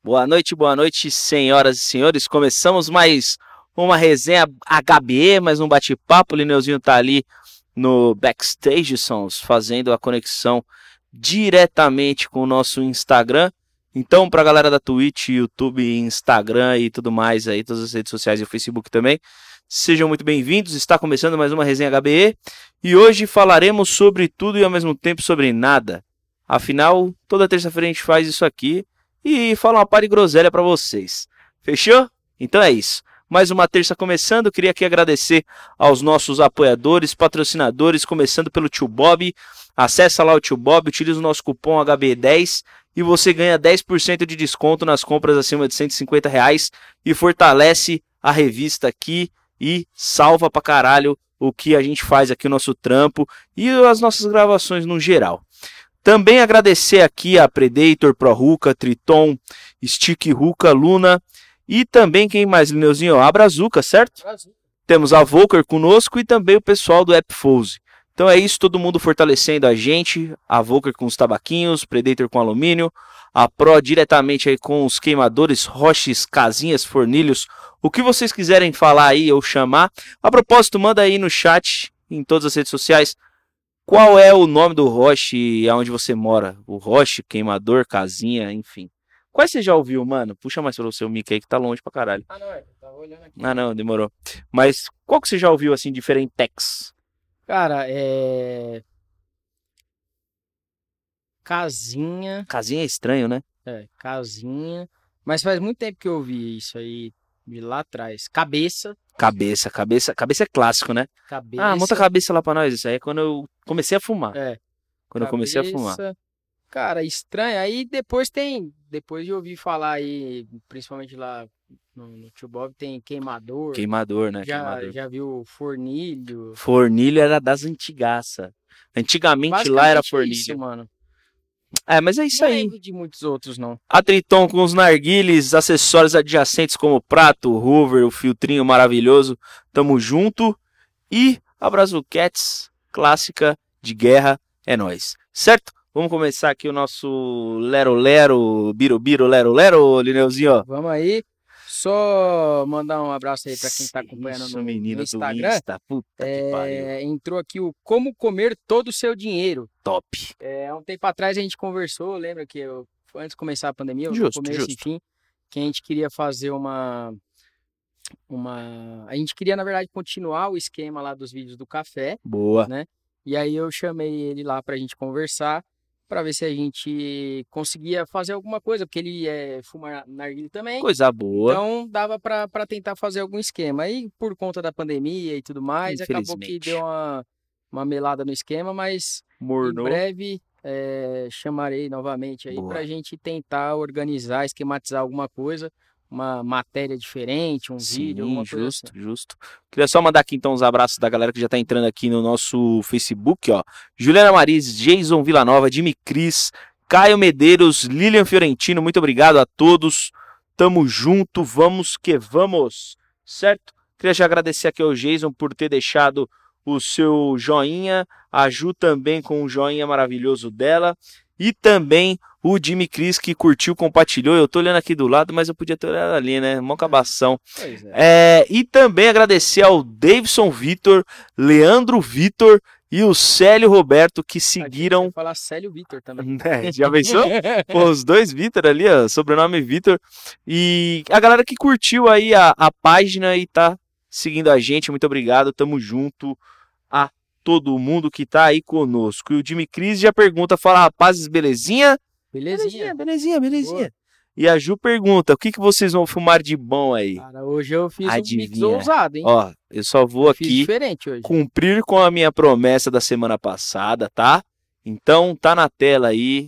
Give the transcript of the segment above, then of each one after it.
Boa noite, senhoras e senhores. Começamos mais uma resenha HBE, mais um bate-papo. O Lineuzinho tá ali no Backstage Sons, fazendo a conexão diretamente com o nosso Instagram. Então, pra galera da Twitch, YouTube, Instagram e tudo mais aí, todas as redes sociais e o Facebook também, sejam muito bem-vindos. Está começando mais uma resenha HBE e hoje falaremos sobre tudo e ao mesmo tempo sobre nada. Afinal, toda terça-feira a gente faz isso aqui e fala uma par de groselha pra vocês. Fechou? Então é isso. Mais uma terça começando, queria aqui agradecer aos nossos apoiadores, patrocinadores, começando pelo Tio Bob. Acessa lá o Tio Bob, utiliza o nosso cupom HB10 e você ganha 10% de desconto nas compras acima de R$150 e fortalece a revista aqui e salva pra caralho o que a gente faz aqui, o nosso trampo e as nossas gravações no geral. Também agradecer aqui a Predator, Pro Ruka, Triton, Stick Ruka, Luna e também quem mais, Lineuzinho? A Brazuca, certo? Brasil. Temos a Volker conosco e também o pessoal do Appfose. Então é isso, todo mundo fortalecendo a gente, a Volker com os tabaquinhos, Predator com alumínio, a Pro diretamente aí com os queimadores, roches, casinhas, fornilhos, o que vocês quiserem falar aí ou chamar. A propósito, manda aí no chat, em todas as redes sociais, qual é o nome do roche aonde você mora? O roche, queimador, casinha, enfim. Quais você já ouviu, mano? Puxa mais pelo seu mic aí que tá longe pra caralho. Ah, não, tava olhando aqui. Ah, não, demorou. Mas qual que você já ouviu, assim, diferentex? Cara, casinha. Casinha é estranho, né? Casinha. Mas faz muito tempo que eu ouvi isso aí de lá atrás. Cabeça. Cabeça é clássico, né? Ah, monta a Cabeça. cabeça lá pra nós. Isso aí é quando eu comecei a fumar. É. Quando eu comecei a fumar. Cabeça. Cara, estranho. Aí depois de ouvir falar aí, principalmente lá no Tio Bob, tem queimador. Queimador, né? Já, Queimador. já viu fornilho. Fornilho era das antigaça. Antigamente lá era Basicamente fornilho. isso, mano. É, mas é isso Não aí. lembro de muitos outros, não. A Triton com os narguiles, acessórios adjacentes como o prato, o hoover, o filtrinho maravilhoso. Tamo junto. E a Brazucats, clássica de guerra, é nóis. Certo? Vamos começar aqui o nosso lero-lero, biro-biro, lero-lero, Lineuzinho, ó. Vamos aí. Só mandar um abraço aí pra quem tá acompanhando Isso, no menino Instagram. do Insta, puta que pariu. Entrou aqui o Como Comer Todo o Seu Dinheiro. Top. Há um tempo atrás a gente conversou, lembra que antes de começar a pandemia, no Justo, começo e justo. fim, que a gente queria fazer a gente queria, na verdade, continuar o esquema lá dos vídeos do café, Boa. né? E aí eu chamei ele lá pra gente conversar, pra ver se a gente conseguia fazer alguma coisa, porque ele fuma narguilé também. Coisa boa. Então dava pra tentar fazer algum esquema. Aí por conta da pandemia e tudo mais, acabou que Infelizmente. deu uma melada no esquema, mas Mornou. em breve chamarei novamente aí Boa. pra gente tentar organizar, esquematizar alguma coisa, uma matéria diferente, um vídeo, alguma coisa Justo, assim. justo. Queria só mandar aqui então uns abraços da galera que já tá entrando aqui no nosso Facebook, ó. Juliana Maris, Jason Villanova, Jimmy Cris, Caio Medeiros, Lilian Fiorentino, muito obrigado a todos. Tamo junto, vamos que vamos, certo? Queria já agradecer aqui ao Jason por ter deixado o seu joinha, a Ju também com o joinha maravilhoso dela e também o Jimmy Cris que curtiu, compartilhou. Eu tô olhando aqui do lado, mas eu podia ter olhado ali, né? Mó cabação. Pois é. E também agradecer ao Davidson Vitor, Leandro Vitor e o Célio Roberto que seguiram. Vou falar Célio Vitor também. Já pensou? Pô, os dois Vitor ali, ó, sobrenome Vitor. E a galera que curtiu aí a página e tá seguindo a gente, muito obrigado, tamo junto a todo mundo que tá aí conosco. E o Jimmy Cris já pergunta, fala, rapazes, belezinha? Belezinha. Belezinha. E a Ju pergunta, o que vocês vão fumar de bom aí? Cara, hoje eu fiz Adivinha. um mix ousado, hein? Ó, eu só vou Fiz aqui diferente hoje. cumprir com a minha promessa da semana passada, tá? Então tá na tela aí,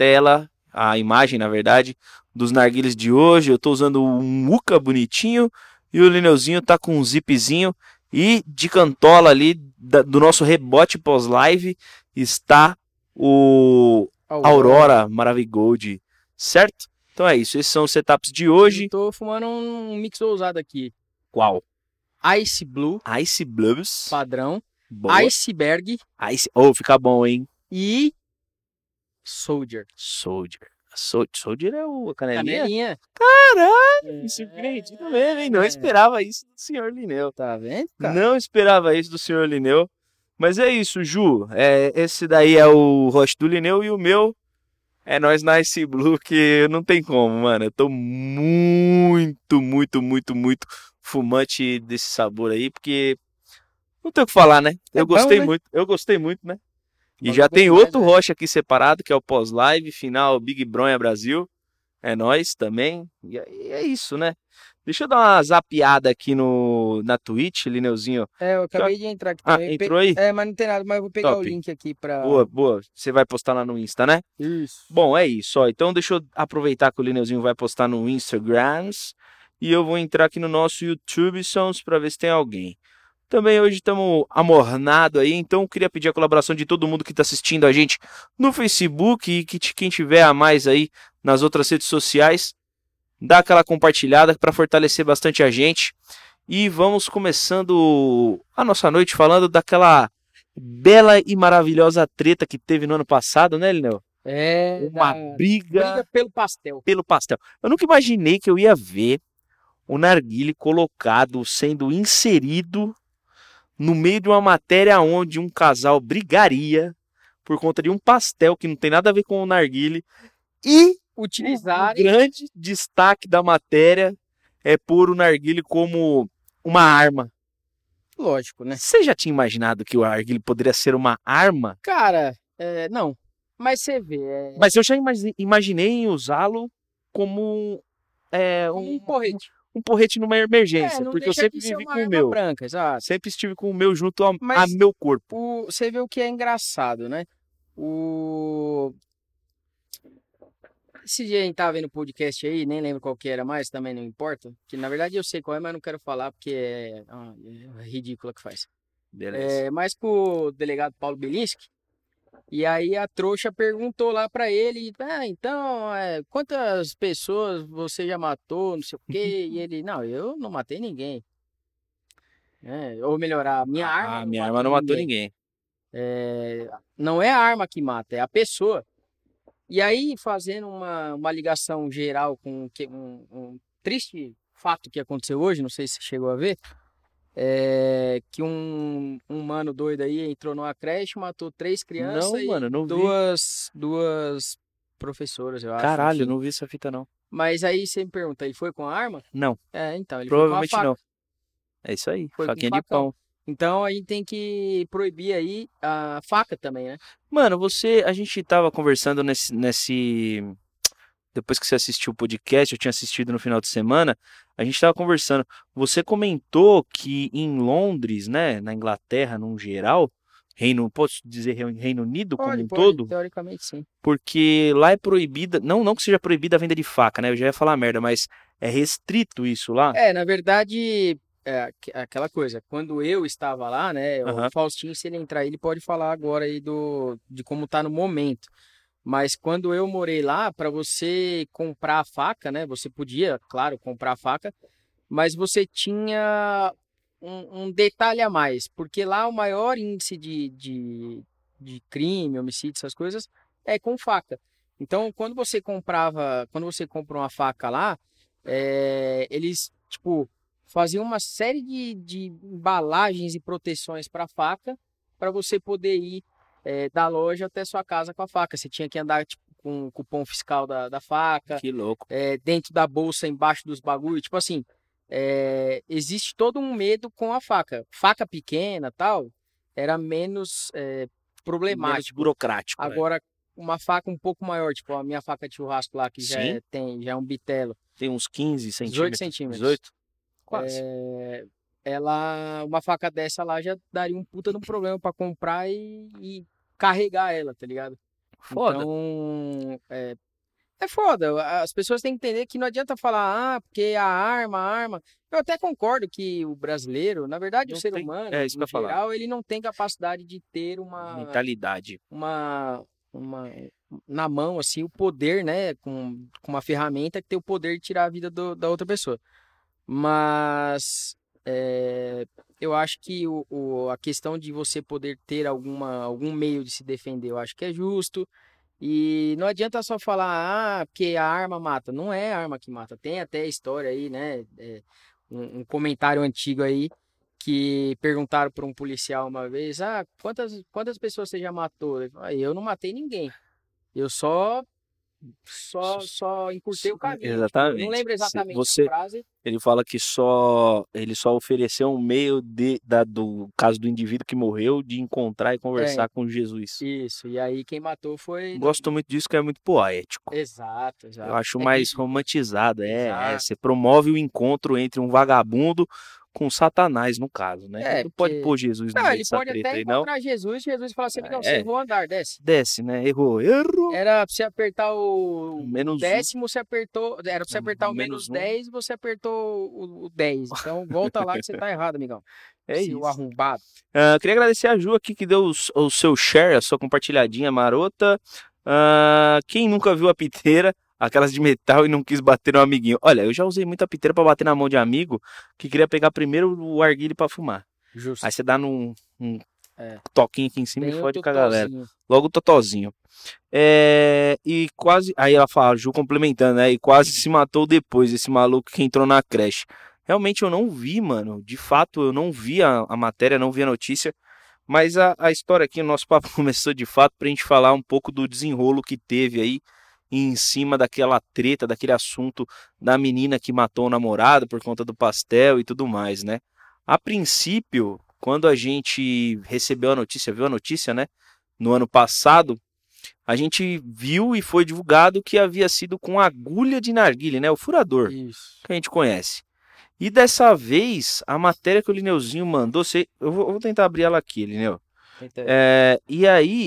a imagem na verdade, dos narguilés de hoje. Eu tô usando um muca bonitinho e o Lineuzinho tá com um zipzinho. E de cantola ali, do nosso rebote pós-live, está o Aurora Maravigold, certo? Então é isso, esses são os setups de hoje. Eu tô fumando um mix ousado aqui. Qual? Ice Blue. Ice Blues. Padrão. Boa. Iceberg. Oh, fica bom, hein? E Soldier. Soldier é o Canelinha? Canelinha. Caralho, me surpreendi mesmo, hein? Não esperava isso do senhor Linneu. Tá vendo, cara? Não esperava isso do senhor Linneu. Mas é isso, Ju. Esse daí é o host do Linneu e o meu é nós na Ice Blue, que não tem como, mano. Eu tô muito, muito, muito, muito fumante desse sabor aí, porque não tem o que falar, né? É Eu bom, gostei né? muito, eu gostei muito, né? E Bagulho já bom tem demais, outro né? rocha aqui separado, que é o pós-live, final Big Bronha Brasil. É nós também. E aí é isso, né? Deixa eu dar uma zapiada aqui na Twitch, Lineuzinho. É, eu Que eu- acabei de entrar aqui Ah, também. entrou aí? É, mas não tem nada, mas eu vou pegar o Top. link aqui pra. Boa, boa. Você vai postar lá no Insta, né? Isso. Bom, é isso, ó. Então deixa eu aproveitar que o Lineuzinho vai postar no Instagrams e eu vou entrar aqui no nosso YouTube Sons para ver se tem alguém. Também hoje estamos amornado aí, então eu queria pedir a colaboração de todo mundo que está assistindo a gente no Facebook e quem tiver a mais aí nas outras redes sociais, dá aquela compartilhada para fortalecer bastante a gente. E vamos começando a nossa noite falando daquela bela e maravilhosa treta que teve no ano passado, né, Lineu? É, Uma briga pelo pastel. pelo pastel. Eu nunca imaginei que eu ia ver o narguile colocado, sendo inserido no meio de uma matéria onde um casal brigaria por conta de um pastel que não tem nada a ver com o narguile. E o Utilizarem. grande destaque da matéria é pôr o narguile como uma arma. Lógico, né? Você já tinha imaginado que o narguile poderia ser uma arma? Cara, não. Mas você vê, Mas eu já imaginei em usá-lo como um porrete. um porrete numa emergência, Não porque eu deixa sempre de ser vivi uma com o arma meu. branca, exato. Sempre estive com o meu junto a Mas meu corpo. você vê o que é engraçado, né? Esse dia a gente tava vendo podcast aí, nem lembro qual que era mais, também não importa. Que na verdade eu sei qual é, mas não quero falar porque é ridículo que faz. Beleza. Mas com o delegado Paulo Bilinski. E aí a trouxa perguntou lá pra ele, então, quantas pessoas você já matou, não sei o quê? E ele, não, eu não matei ninguém. Ou melhorar, minha arma não Minha matou arma não matou ninguém. ninguém. Não é a arma que mata, é a pessoa. E aí, fazendo uma ligação geral com um triste fato que aconteceu hoje, não sei se você chegou a ver, que um mano doido aí entrou numa creche, matou 3 crianças Não, e mano, não vi. duas professoras, eu acho, Caralho, enfim. não vi essa fita não. Mas aí você me pergunta, ele foi com a arma? Não, Então, ele provavelmente foi com a não. faca. É isso aí, Foi com faquinha de facão. pão. Então a gente tem que proibir aí a faca também, né? Mano, a gente tava conversando depois que você assistiu o podcast, eu tinha assistido no final de semana, a gente tava conversando. Você comentou que em Londres, né, na Inglaterra, num geral, posso dizer Reino Unido como um todo? Teoricamente sim. Porque lá é proibida, não que seja proibida a venda de faca, né? Eu já ia falar merda, mas é restrito isso lá. Na verdade, aquela coisa, quando eu estava lá, né, Aham. o Faustinho, se ele entrar, ele pode falar agora aí de como tá no momento. Mas quando eu morei lá, para você comprar a faca, né, você podia, claro, comprar a faca, mas você tinha um detalhe a mais, porque lá o maior índice de crime, homicídio, essas coisas, é com faca. Então, quando você compra uma faca lá, eles, tipo, faziam uma série de embalagens e proteções para a faca, para você poder ir da loja até sua casa com a faca. Você tinha que andar, tipo, com o cupom fiscal da faca, Que louco. dentro da bolsa, embaixo dos bagulhos, tipo assim, existe todo um medo com a faca. Faca pequena, tal, era menos Menos problemático. burocrático. Agora, uma faca um pouco maior, tipo a minha faca de churrasco lá, que já Sim. já é um bitelo. Tem uns 15 18 centímetros. centímetros. 18? Quase. Uma faca dessa lá já daria um puta de um problema pra comprar e carregar ela, tá ligado? Foda. Então, é foda. As pessoas têm que entender que não adianta falar, porque a arma. Eu até concordo que o brasileiro, na verdade, Não o ser tem- humano, é isso que eu no ia falar. geral, ele não tem capacidade de ter Mentalidade. uma, na mão, assim, o poder, né? Com uma ferramenta que tem o poder de tirar a vida da outra pessoa. Mas eu acho que a questão de você poder ter algum meio de se defender, eu acho que é justo. E não adianta só falar, porque a arma mata. Não é a arma que mata. Tem até história aí, né? Um comentário antigo aí que perguntaram para um policial uma vez, quantas pessoas você já matou? Ele falou, eu não matei ninguém. Eu só encurtei o caminho. Tipo, eu não Exatamente. lembro exatamente a Você, frase. ele fala que ele só ofereceu um meio do caso do indivíduo que morreu de encontrar e É, conversar com Jesus. isso. E aí quem matou foi. Gosto muito disso, que é muito poético. Exato, Eu exato. acho É mais bíblico. romantizado. Exato. Você promove o encontro entre um vagabundo com Satanás, no caso, né? É, Não pode porque. pôr Jesus no Não, meio ele dessa pode treta até aí, não. encontrar Jesus, Jesus fala assim, amigão, você É, errou andar, desce. desce, né? Errou, errou. Era pra você apertar o Menos um, décimo, você apertou. Era pra você apertar o menos menos um. 10 você apertou o 10. Então volta lá que você tá errado, amigão. É Seu isso. arrombado. Queria agradecer a Ju aqui que deu o seu share, a sua compartilhadinha marota. Quem nunca viu a piteira, aquelas de metal e não quis bater no amiguinho? Olha, eu já usei muita piteira pra bater na mão de amigo que queria pegar primeiro o arguile pra fumar. Aí Justo. você dá um É. toquinho aqui em cima e Bem o fode com a galera. totozinho. Logo o totozinho. E quase. Aí ela fala, a Ju complementando, né? E quase se matou depois, esse maluco que entrou na creche. Realmente eu não vi, mano. De fato, eu não vi a matéria, não vi a notícia. Mas a história aqui, o nosso papo começou de fato pra gente falar um pouco do desenrolo que teve aí em cima daquela treta, daquele assunto da menina que matou o namorado por conta do pastel e tudo mais, né? A princípio, quando a gente recebeu a notícia, viu a notícia, né? No ano passado, a gente viu e foi divulgado que havia sido com agulha de narguilé, né? O furador, Isso. que a gente conhece. E dessa vez, a matéria que o Lineuzinho mandou, eu vou tentar abrir ela aqui, Lineu. Tenta aí. E aí,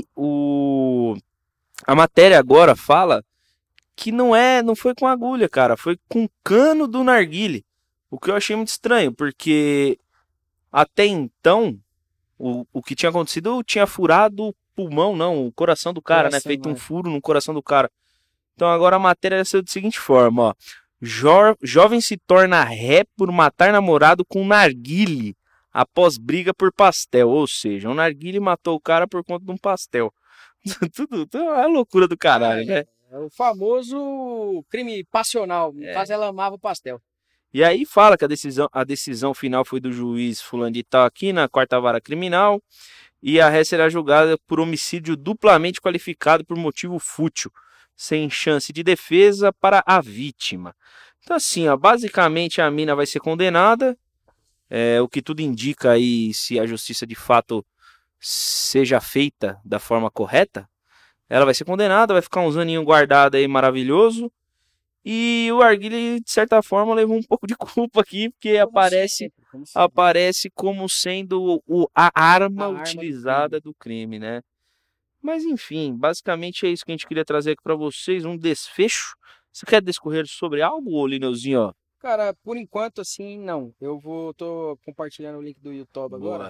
a matéria agora fala que não foi com agulha, cara, foi com cano do narguilé. O que eu achei muito estranho, porque até então, o que tinha acontecido, tinha furado o pulmão, não, o coração do cara, né? Coração, Feito um né? furo no coração do cara. Então agora a matéria é da seguinte forma, ó. Jovem se torna ré por matar namorado com narguile após briga por pastel. Ou seja, um narguile matou o cara por conta de um pastel. Tudo é uma loucura do caralho, né? É o famoso crime passional. No caso, ela amava o pastel. E aí fala que a decisão final foi do juiz fulano de tal aqui na quarta vara criminal. E a ré será julgada por homicídio duplamente qualificado por motivo fútil, sem chance de defesa para a vítima. Então assim, ó, basicamente a mina vai ser condenada, o que tudo indica aí, se a justiça de fato seja feita da forma correta, ela vai ser condenada, vai ficar uns aninhos guardada aí maravilhoso. E o Arguile, de certa forma, levou um pouco de culpa aqui, porque Como sempre. aparece como sendo a arma A arma do crime. utilizada do crime, né? Mas enfim, basicamente é isso que a gente queria trazer aqui para vocês, um desfecho. Você quer discorrer sobre algo, Lineuzinho? Ó? Cara, por enquanto, assim, não. Tô compartilhando o link do YouTube agora. Boa.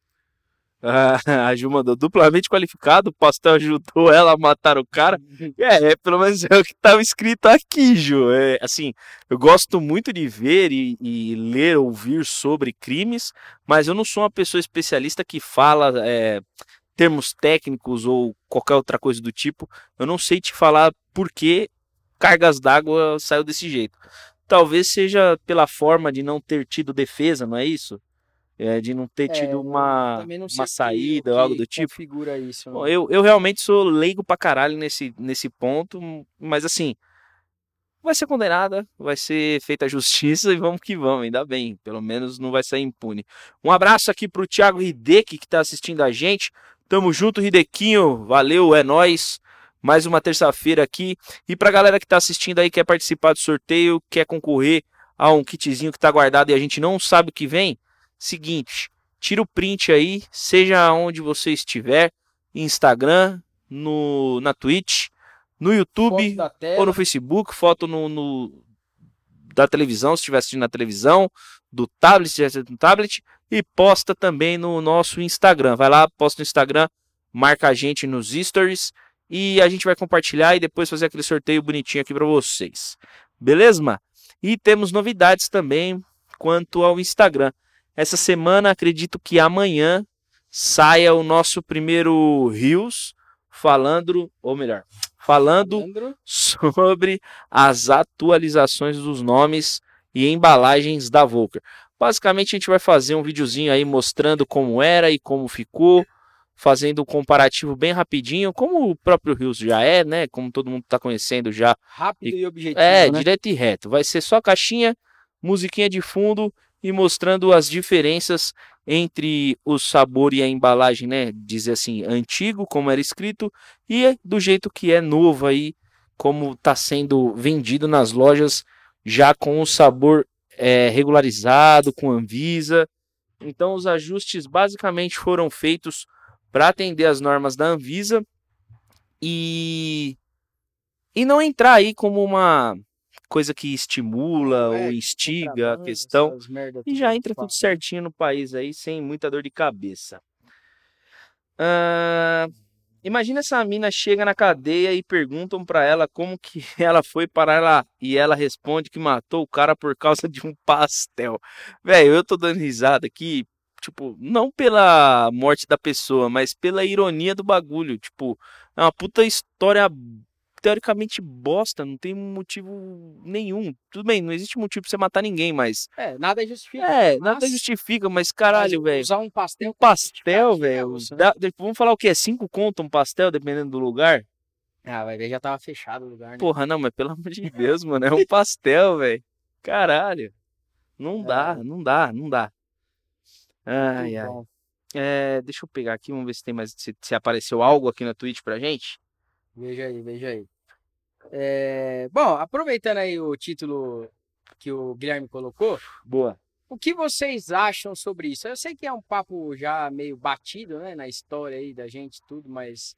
A Ju mandou duplamente qualificado, o pastel ajudou ela a matar o cara. Pelo menos é o que estava escrito aqui, Ju. Assim, eu gosto muito de ver e ler, ouvir sobre crimes, mas eu não sou uma pessoa especialista que fala termos técnicos ou qualquer outra coisa do tipo. Eu não sei te falar por que cargas d'água saiu desse jeito. Talvez seja pela forma de não ter tido defesa, não é isso? De não ter tido Eu também não sei uma o saída ou algo que do tipo. configura isso, Bom, não. eu realmente sou leigo pra caralho nesse ponto, mas assim, vai ser condenada, vai ser feita a justiça e vamos que vamos, ainda bem, pelo menos não vai sair impune. Um abraço aqui pro Thiago Hideki que tá assistindo a gente, tamo junto Hidequinho, valeu, é nóis, mais uma terça-feira aqui, e pra galera que tá assistindo aí, quer participar do sorteio, quer concorrer a um kitzinho que tá guardado e a gente não sabe o que vem, seguinte, tira o print aí, seja onde você estiver, Instagram, na Twitch, no YouTube Foto da ou no tela. Facebook, foto da televisão, se estiver assistindo na televisão, do tablet, se estiver assistindo no tablet, e posta também no nosso Instagram. Vai lá, posta no Instagram, marca a gente nos stories e a gente vai compartilhar e depois fazer aquele sorteio bonitinho aqui para vocês. Beleza? E temos novidades também quanto ao Instagram. Essa semana, acredito que amanhã saia o nosso primeiro Reels falando, ou melhor, falando Malandro. sobre as atualizações dos nomes e embalagens da Volker. Basicamente a gente vai fazer um videozinho aí mostrando como era e como ficou, fazendo um comparativo bem rapidinho, como o próprio Rios já é, né? Como todo mundo está conhecendo já. Rápido e objetivo, É, né? direto e reto. Vai ser só caixinha, musiquinha de fundo e mostrando as diferenças entre o sabor e a embalagem, né? Dizer assim, antigo, como era escrito, e do jeito que é novo aí, como está sendo vendido nas lojas, já com o sabor regularizado, com Anvisa. Então, os ajustes basicamente foram feitos para atender as normas da Anvisa e, e não entrar aí como uma coisa que estimula ou instiga a Contrabando, questão essas merda e já tudo entra tudo fala, né? certinho no país aí, sem muita dor de cabeça. Ah, imagina essa mina chega na cadeia e perguntam pra ela como que ela foi parar lá e ela responde que matou o cara por causa de um pastel. Velho, eu tô dando risada aqui, tipo, não pela morte da pessoa, mas pela ironia do bagulho, tipo, é uma puta história teoricamente bosta, não tem motivo nenhum. Tudo bem, não existe motivo pra você matar ninguém, mas Nada justifica, né? nada Mas, justifica, mas mas caralho, velho. usar um Um pastel como pastel, justificativa é velho. osso, né? Vamos falar o que? É 5 conto um pastel, dependendo do lugar? Ah, vai ver, já tava fechado o lugar, né? Porra, não, mas pelo amor de Deus, mano. É um pastel, velho. Caralho. Não dá, É, não dá, não dá. muito Ai, ai. bom. Deixa eu pegar aqui, vamos ver se tem mais. Se apareceu algo aqui na Twitch pra gente. Veja aí, veja aí. Bom, aproveitando aí o título que o Guilherme colocou, Boa. o que vocês acham sobre isso? Eu sei que é um papo já meio batido, né, na história aí da gente e tudo, mas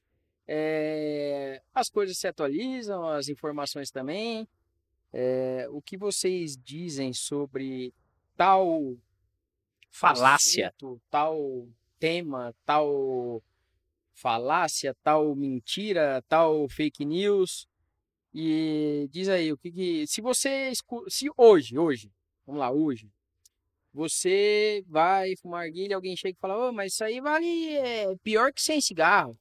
as coisas se atualizam, as informações também. O que vocês dizem sobre tal Falácia. assunto, tal tema, tal falácia, tal mentira, tal fake news? E diz aí, se você se hoje, vamos lá, hoje, você vai fumar narguilha, alguém chega e fala, ô, mas isso aí vale pior que sem cigarro.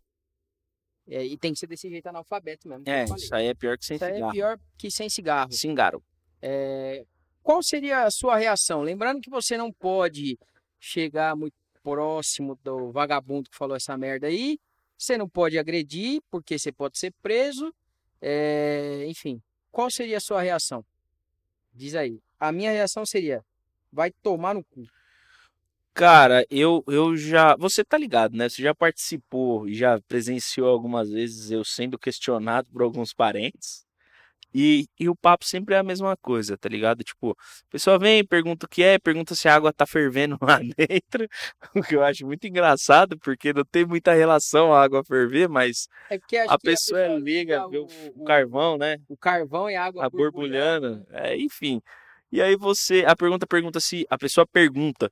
E tem que ser desse jeito analfabeto mesmo, que eu falei. Isso aí é pior que sem Isso aí é cigarro. pior que sem cigarro. Cingaro. Qual seria a sua reação? Lembrando que você não pode chegar muito próximo do vagabundo que falou essa merda aí. Você não pode agredir, porque você pode ser preso. Enfim, qual seria a sua reação? Diz aí. A minha reação seria: vai tomar no cu. Cara, eu já. Você tá ligado, né? Você já participou e já presenciou algumas vezes eu sendo questionado por alguns parentes. E o papo sempre é a mesma coisa, tá ligado? Tipo, a pessoa vem, pergunta o que é, pergunta se a água tá fervendo lá dentro, o que eu acho muito engraçado, porque não tem muita relação a água ferver, mas É porque acho a que a pessoa pessoa liga, liga vê o carvão, né? o carvão e a água A borbulhando, né? borbulhando, enfim. E aí a pergunta se, a pessoa pergunta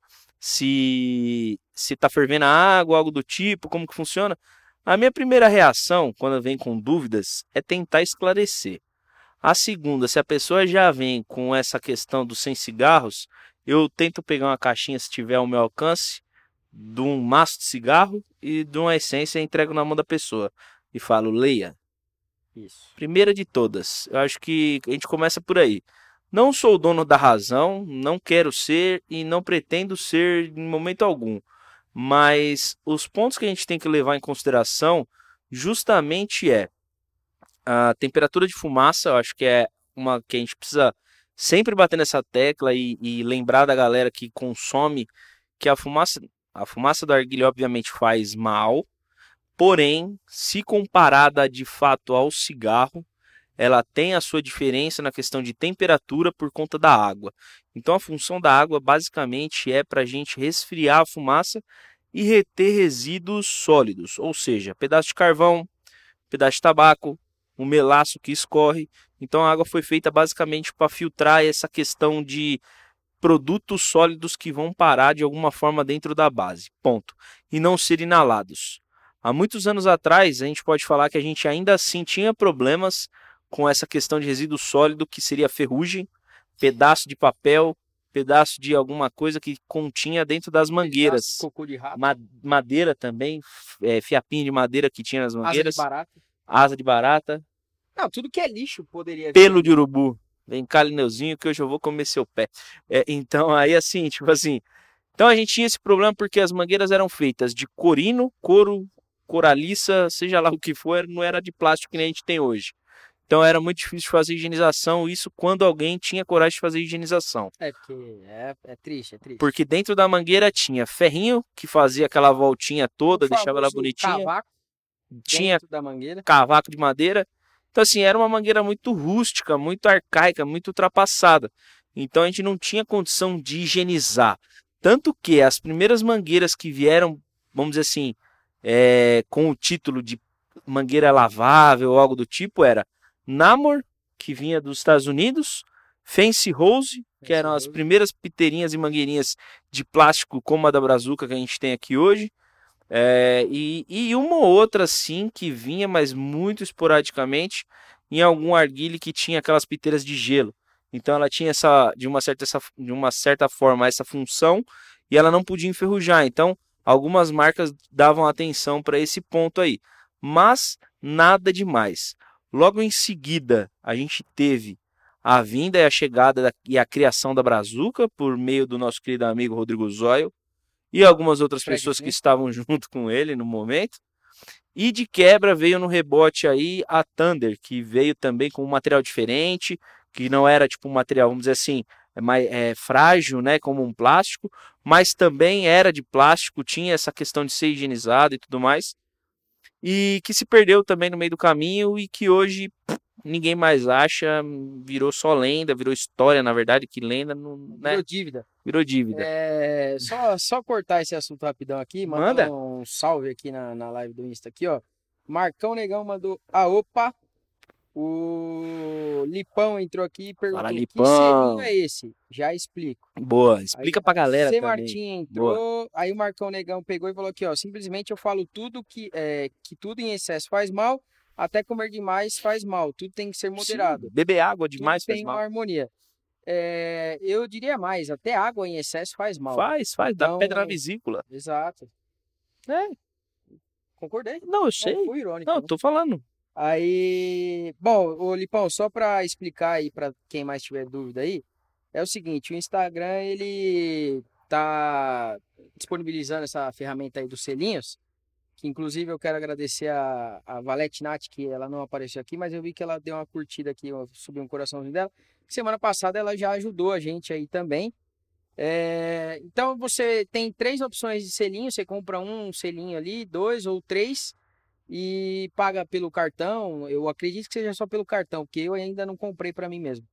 se tá fervendo a água, algo do tipo, como que funciona. A minha primeira reação, quando vem com dúvidas, é tentar esclarecer. A segunda, se a pessoa já vem com essa questão dos 100 cigarros, eu tento pegar uma caixinha, se tiver ao meu alcance, de um maço de cigarro e de uma essência e entrego na mão da pessoa. E falo, leia. Isso. Primeira de todas, eu acho que a gente começa por aí. Não sou o dono da razão, não quero ser e não pretendo ser em momento algum. Mas os pontos que a gente tem que levar em consideração justamente é a temperatura de fumaça, eu acho que é uma que a gente precisa sempre bater nessa tecla e lembrar da galera que consome que a fumaça do arguilho obviamente faz mal, porém, se comparada de fato ao cigarro, ela tem a sua diferença na questão de temperatura por conta da água. Então a função da água basicamente é para a gente resfriar a fumaça e reter resíduos sólidos, ou seja, pedaço de carvão, pedaço de tabaco, um melaço que escorre. Então a água foi feita basicamente para filtrar essa questão de produtos sólidos que vão parar de alguma forma dentro da base. Ponto. E não ser inalados. Há muitos anos atrás, a gente pode falar que a gente ainda assim tinha problemas com essa questão de resíduo sólido, que seria ferrugem, pedaço de papel, pedaço de alguma coisa que continha dentro das mangueiras. Cocô de rato. Madeira também, fiapinho de madeira que tinha nas Asa de mangueiras, barata. asa de barata. Não, tudo que é lixo poderia vir. Pelo de urubu. Vem cá, Lineuzinho, que hoje eu vou comer seu pé. Então, aí assim, tipo assim. Então a gente tinha esse problema porque as mangueiras eram feitas de corino, couro, coraliça, seja lá o que for, não era de plástico que nem a gente tem hoje. Então era muito difícil fazer higienização, isso quando alguém tinha coragem de fazer higienização. Porque é triste, é triste. Porque dentro da mangueira tinha ferrinho, que fazia aquela voltinha toda, O deixava ela famoso bonitinha. cavaco Tinha dentro da mangueira. cavaco de madeira. Então assim, era uma mangueira muito rústica, muito arcaica, muito ultrapassada. Então a gente não tinha condição de higienizar. Tanto que as primeiras mangueiras que vieram, vamos dizer assim, com o título de mangueira lavável ou algo do tipo, era Namor, que vinha dos Estados Unidos, Fence Rose, que eram as primeiras piteirinhas e mangueirinhas de plástico como a da Brazuca que a gente tem aqui hoje. E uma ou outra sim que vinha, mas muito esporadicamente, em algum arguile que tinha aquelas piteiras de gelo. Então ela tinha de uma certa forma essa função e ela não podia enferrujar. Então algumas marcas davam atenção para esse ponto aí, mas nada demais. Logo em seguida a gente teve a vinda e a chegada e a criação da Brazuca por meio do nosso querido amigo Rodrigo Zóio e algumas outras pessoas que estavam junto com ele no momento. E de quebra veio no rebote aí a Thunder, que veio também com um material diferente, que não era tipo um material, vamos dizer assim, mais frágil, né, como um plástico, mas também era de plástico, tinha essa questão de ser higienizado e tudo mais, e que se perdeu também no meio do caminho e que hoje ninguém mais acha, virou só lenda, virou história, na verdade, que lenda não, né? Virou dívida. Virou dívida. Só cortar esse assunto rapidão aqui, Manda um salve aqui na live do Insta aqui, ó. Marcão Negão mandou a opa. O Lipão entrou aqui e perguntou: Fala, que Lipão. selinho é esse? Já explico. Boa, explica Aí, pra galera C. também. Martim entrou, boa. Aí o Marcão Negão pegou e falou aqui, ó, simplesmente eu falo tudo que tudo em excesso faz mal, até comer demais faz mal, tudo tem que ser moderado. Sim, beber água demais tudo faz mal. Tem uma harmonia. Eu diria mais, até água em excesso faz mal. Faz, então, dá pedra na vesícula. Exato. Concordei. Não, eu sei. Não fui irônico. Não, eu tô falando. Aí, bom, ô Lipão, só para explicar aí para quem mais tiver dúvida aí, é o seguinte, o Instagram ele tá disponibilizando essa ferramenta aí dos selinhos, que inclusive eu quero agradecer a Valete Nath, que ela não apareceu aqui, mas eu vi que ela deu uma curtida aqui, eu subi um coraçãozinho dela. Semana passada ela já ajudou a gente aí também. Então você tem 3 opções de selinho, você compra um selinho ali, 2 ou 3 e paga pelo cartão. Eu acredito que seja só pelo cartão, porque eu ainda não comprei para mim mesmo.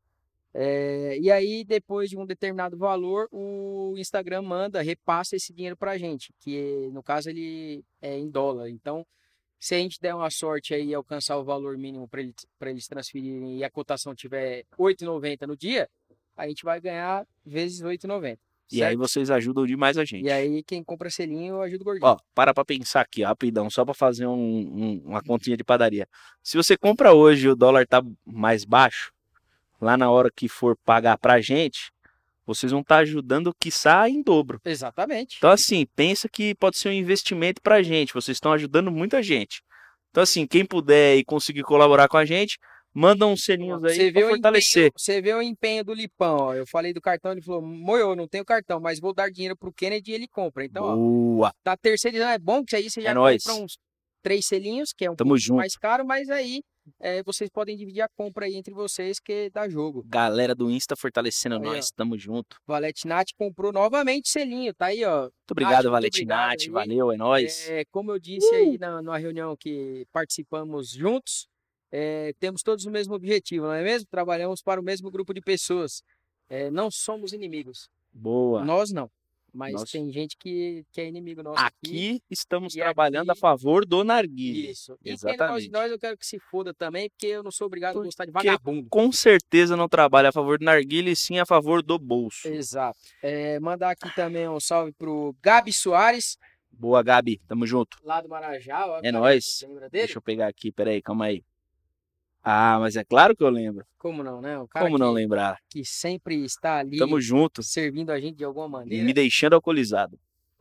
E aí, depois de um determinado valor, o Instagram repassa esse dinheiro para a gente, que no caso ele é em dólar. Então, se a gente der uma sorte aí e alcançar o valor mínimo para eles transferirem e a cotação tiver 8,90 no dia, a gente vai ganhar vezes 8,90. E aí vocês ajudam demais a gente. E aí quem compra selinho, eu ajudo o gordinho. Ó, para pensar aqui, ó, rapidão, só para fazer uma continha de padaria. Se você compra hoje e o dólar tá mais baixo, lá na hora que for pagar pra gente, vocês vão estar ajudando, quiçá, em dobro. Exatamente. Então, assim, pensa que pode ser um investimento pra gente. Vocês estão ajudando muita gente. Então, assim, quem puder e conseguir colaborar com a gente, manda uns selinhos aí pra fortalecer. Você vê o empenho do Lipão, ó. Eu falei do cartão, ele falou, Moio, não tenho cartão, mas vou dar dinheiro pro Kennedy e ele compra. Então, boa. Ó, tá terceirizando, é bom que aí você já compra uns 3 selinhos, que é um pouco mais caro, mas aí vocês podem dividir a compra aí entre vocês, que dá jogo. Galera do Insta fortalecendo aí, nós, tamo junto. Valete Nath comprou novamente selinho, tá aí, ó. Muito obrigado, Valete Nath, valeu, é nóis. Como eu disse aí numa reunião que participamos juntos, temos todos o mesmo objetivo, não é mesmo? Trabalhamos para o mesmo grupo de pessoas. Não somos inimigos. Boa. Nós não. Mas tem gente que é inimigo nosso aqui. Estamos trabalhando a favor do narguilé. Isso. Exatamente. E nós eu quero que se foda também, porque eu não sou obrigado a gostar de vagabundo. Com certeza não trabalha a favor do narguilé, e sim a favor do bolso. Exato. Mandar aqui também um salve pro Gabi Soares. Boa, Gabi. Tamo junto. Lá do Marajá. Ó, é nóis. Deixa eu pegar aqui, peraí, calma aí. Ah, mas é claro que eu lembro. Como não, né? O cara Como não lembrar? Que sempre está ali. Tamo junto. Servindo a gente de alguma maneira. Me deixando alcoolizado.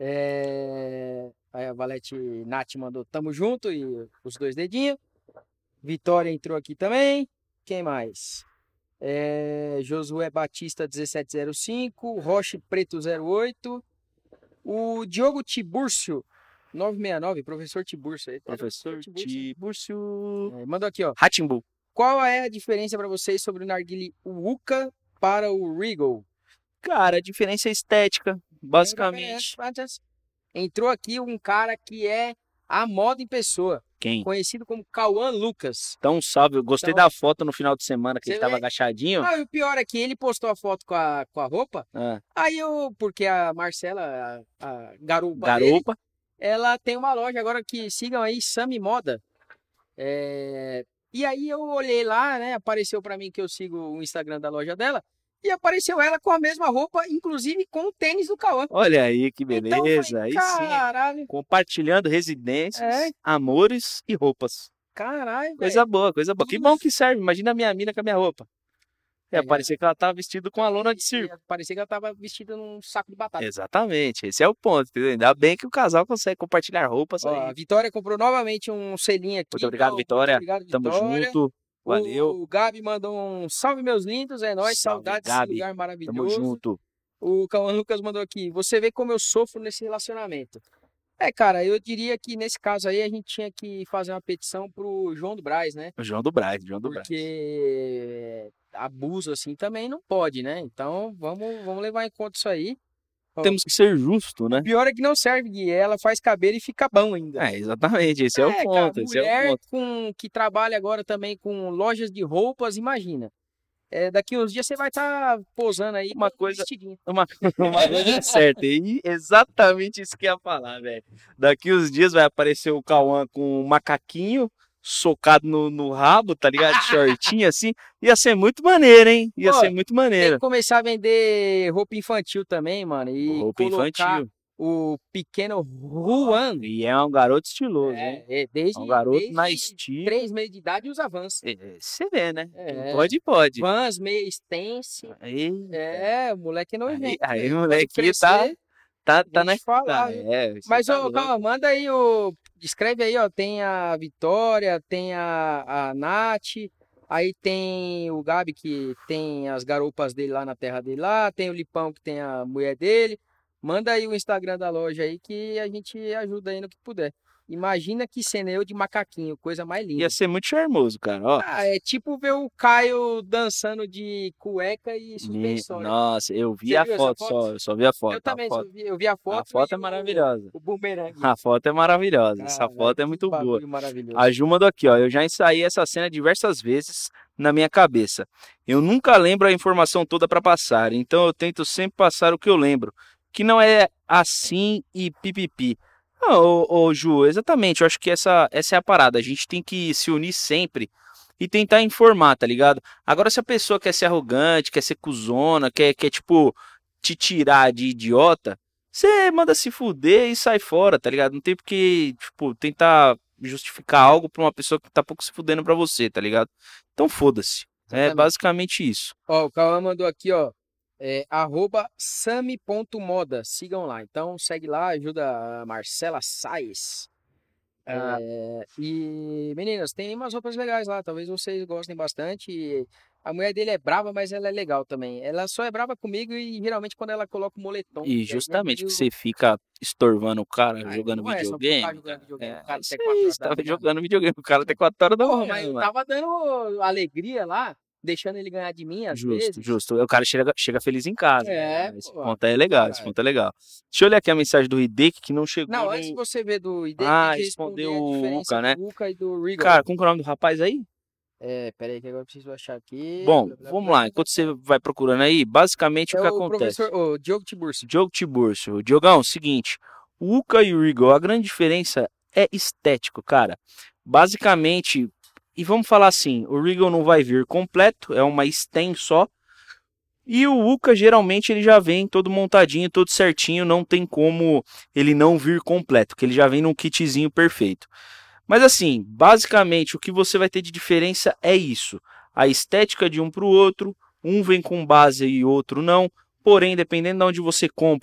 Aí a Valete Nath mandou tamo junto e os 2 dedinhos. Vitória entrou aqui também. Quem mais? Josué Batista 1705, Roche Preto 08, o Diogo Tiburcio 969, professor Tiburcio. Professor Tiburcio. Mandou aqui, ó. Ratimbu. Qual é a diferença para vocês sobre o narguilé Uka para o Regal? Cara, a diferença é estética, basicamente. Entrou aqui um cara que é a moda em pessoa. Quem? Conhecido como Cauã Lucas. Então, salve. Eu gostei da foto no final de semana que ele tava agachadinho. Não, e o pior é que ele postou a foto com a roupa. Aí porque a Marcela, a garupa dele, ela tem uma loja agora que sigam aí, Sami Moda. E aí eu olhei lá, né? Apareceu pra mim que eu sigo o Instagram da loja dela. E apareceu ela com a mesma roupa, inclusive com o tênis do Cauã. Olha aí, que beleza. Então, falei, caralho. Sim. Compartilhando residências, amores e roupas. Caralho, coisa boa, coisa boa. Que bom que serve. Imagina a minha mina com a minha roupa. Parecia que ela tava vestida com uma lona de circo. Parecia que ela tava vestida num saco de batata. Exatamente, esse é o ponto, entendeu? Ainda bem que o casal consegue compartilhar roupas. A Vitória comprou novamente um selinho aqui. Muito obrigado, Vitória. Tamo junto. Valeu. O Gabi mandou um salve, meus lindos. É nóis, saudades desse lugar maravilhoso. Tamo junto. O Cauã Lucas mandou aqui. Você vê como eu sofro nesse relacionamento. Cara, eu diria que nesse caso aí a gente tinha que fazer uma petição pro João do Braz, né? O João do Braz, Porque abuso assim também não pode, né? Então vamos levar em conta isso aí. Temos que ser justos, né? O pior é que não serve, Gui. Ela faz cabelo e fica bom ainda. Exatamente. Esse é o ponto. Cara, mulher que trabalha agora também com lojas de roupas, imagina. Daqui uns dias você vai estar posando aí uma coisa certa. E exatamente isso que eu ia falar, velho. Daqui uns dias vai aparecer o Cauã com um macaquinho socado no rabo, tá ligado? Shortinho assim. Ia ser muito maneiro, hein? Ia ser muito maneiro. Tem que começar a vender roupa infantil também, mano. E roupa infantil. O pequeno Juan. E é um garoto estiloso, hein? Desde, um garoto na estilo. 3 meses de idade usa Vans. Você vê, né? Pode. Vans, meia extense. O moleque não inventa. Aí o moleque tá na falar. Mas, calma, manda aí escreve aí, ó. Tem a Vitória, tem a Nath. Aí tem o Gabi que tem as garupas dele lá na terra dele lá. Tem o Lipão que tem a mulher dele. Manda aí o Instagram da loja aí que a gente ajuda aí no que puder. Imagina que cena eu de macaquinho, coisa mais linda. Ia ser muito charmoso, cara. Ó. É tipo ver o Caio dançando de cueca e suspensório. Nossa, eu vi a foto só. Eu só vi a foto. Eu também eu vi a foto. A foto é maravilhosa. O bumerangue. A foto é maravilhosa. Essa foto é muito boa. A Ju mandou aqui, ó. Eu já ensaiei essa cena diversas vezes na minha cabeça. Eu nunca lembro a informação toda para passar, então eu tento sempre passar o que eu lembro. Que não é assim e pipipi. Ô, Ju, exatamente, eu acho que essa é a parada. A gente tem que se unir sempre e tentar informar, tá ligado? Agora, se a pessoa quer ser arrogante, quer ser cuzona, quer tipo, te tirar de idiota, você manda se fuder e sai fora, tá ligado? Não tem porque, tipo, tentar justificar algo pra uma pessoa que tá pouco se fudendo pra você, tá ligado? Então foda-se. É basicamente isso. Ó, o Cauã mandou aqui, ó. @sami.moda, sigam lá. Então segue lá, ajuda a Marcela Sais. E meninas, tem umas roupas legais lá, talvez vocês gostem bastante. A mulher dele é brava, mas ela é legal também. Ela só é brava comigo e geralmente quando ela coloca o moletom. E justamente que você fica estorvando o cara jogando videogame. Você tava jogando videogame, o cara tem 4 horas da manhã. Mas eu tava dando alegria lá. Deixando ele ganhar de mim, às vezes. Justo. O cara chega feliz em casa. Esse ponto é legal, Deixa eu ler aqui a mensagem do Hideki que não chegou. Não, antes de você ver do Hideki, respondeu o Uka, né? Do Uka e do Regal. Cara, como é o nome do rapaz aí? Peraí que agora eu preciso achar aqui. Bom, vamos lá. Enquanto você vai procurando aí, basicamente o que acontece. O Diogo Tiburcio. O Diogão, seguinte. O Uka e o Regal, a grande diferença é estético, cara. Basicamente... E vamos falar assim, o Regal não vai vir completo, é uma stem só. E o Uka geralmente ele já vem todo montadinho, todo certinho, não tem como ele não vir completo, porque ele já vem num kitzinho perfeito. Mas assim, basicamente o que você vai ter de diferença é isso. A estética de um para o outro, um vem com base e outro não. Porém, dependendo de onde você compra,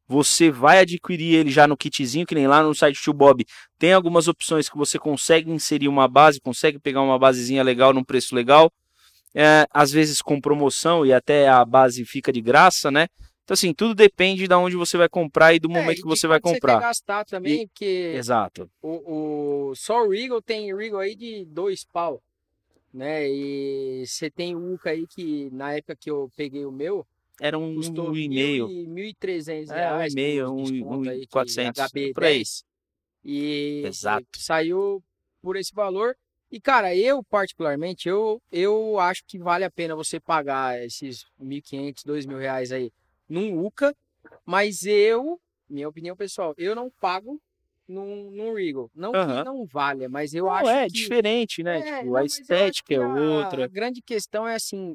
você vai adquirir ele já no kitzinho, que nem lá no site Tio Bob. Tem algumas opções que você consegue inserir uma base, consegue pegar uma basezinha legal num preço legal. Às vezes com promoção e até a base fica de graça, né? Então, assim, tudo depende de onde você vai comprar e do momento E que de você vai quanto você quer comprar. gastar também, porque Exato. só o Regal tem Regal aí de 2 pau, né? E você tem o Uca aí que na época que eu peguei o meu, Era custou um mil e-mail. e 1.300 Um reais com e-mail, os descontos um aí, que 400. É HB por aí. 10 e Exato. saiu por esse valor. E, cara, eu particularmente, eu acho que vale a pena você pagar esses 1.500, 2.000 reais aí num Uca, mas minha opinião pessoal, eu não pago num Regal. Não que Aham. não valha, mas eu Não, acho é que. diferente, né? Tipo, a Não, mas eu acho estética que é a outra. grande questão é assim,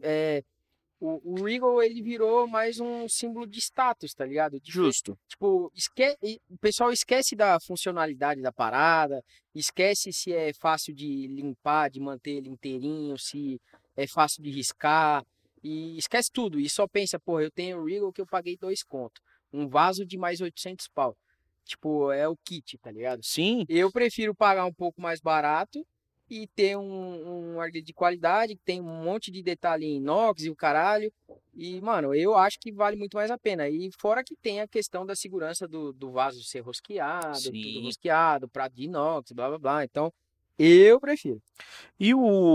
o Regal, ele virou mais um símbolo de status, tá ligado? Justo. Tipo, o pessoal esquece da funcionalidade da parada, esquece se é fácil de limpar, de manter ele inteirinho, se é fácil de riscar, e esquece tudo. E só pensa, porra, eu tenho o Regal que eu paguei 2 conto, um vaso de mais 800 pau. Tipo, é o kit, tá ligado? Sim, Eu prefiro pagar um pouco mais barato e ter um arguilha de qualidade, que tem um monte de detalhe em inox e o caralho. E, mano, eu acho que vale muito mais a pena. E fora que tem a questão da segurança do vaso ser rosqueado, tudo sim. rosqueado, prato de inox, blá blá blá. Então, eu prefiro. E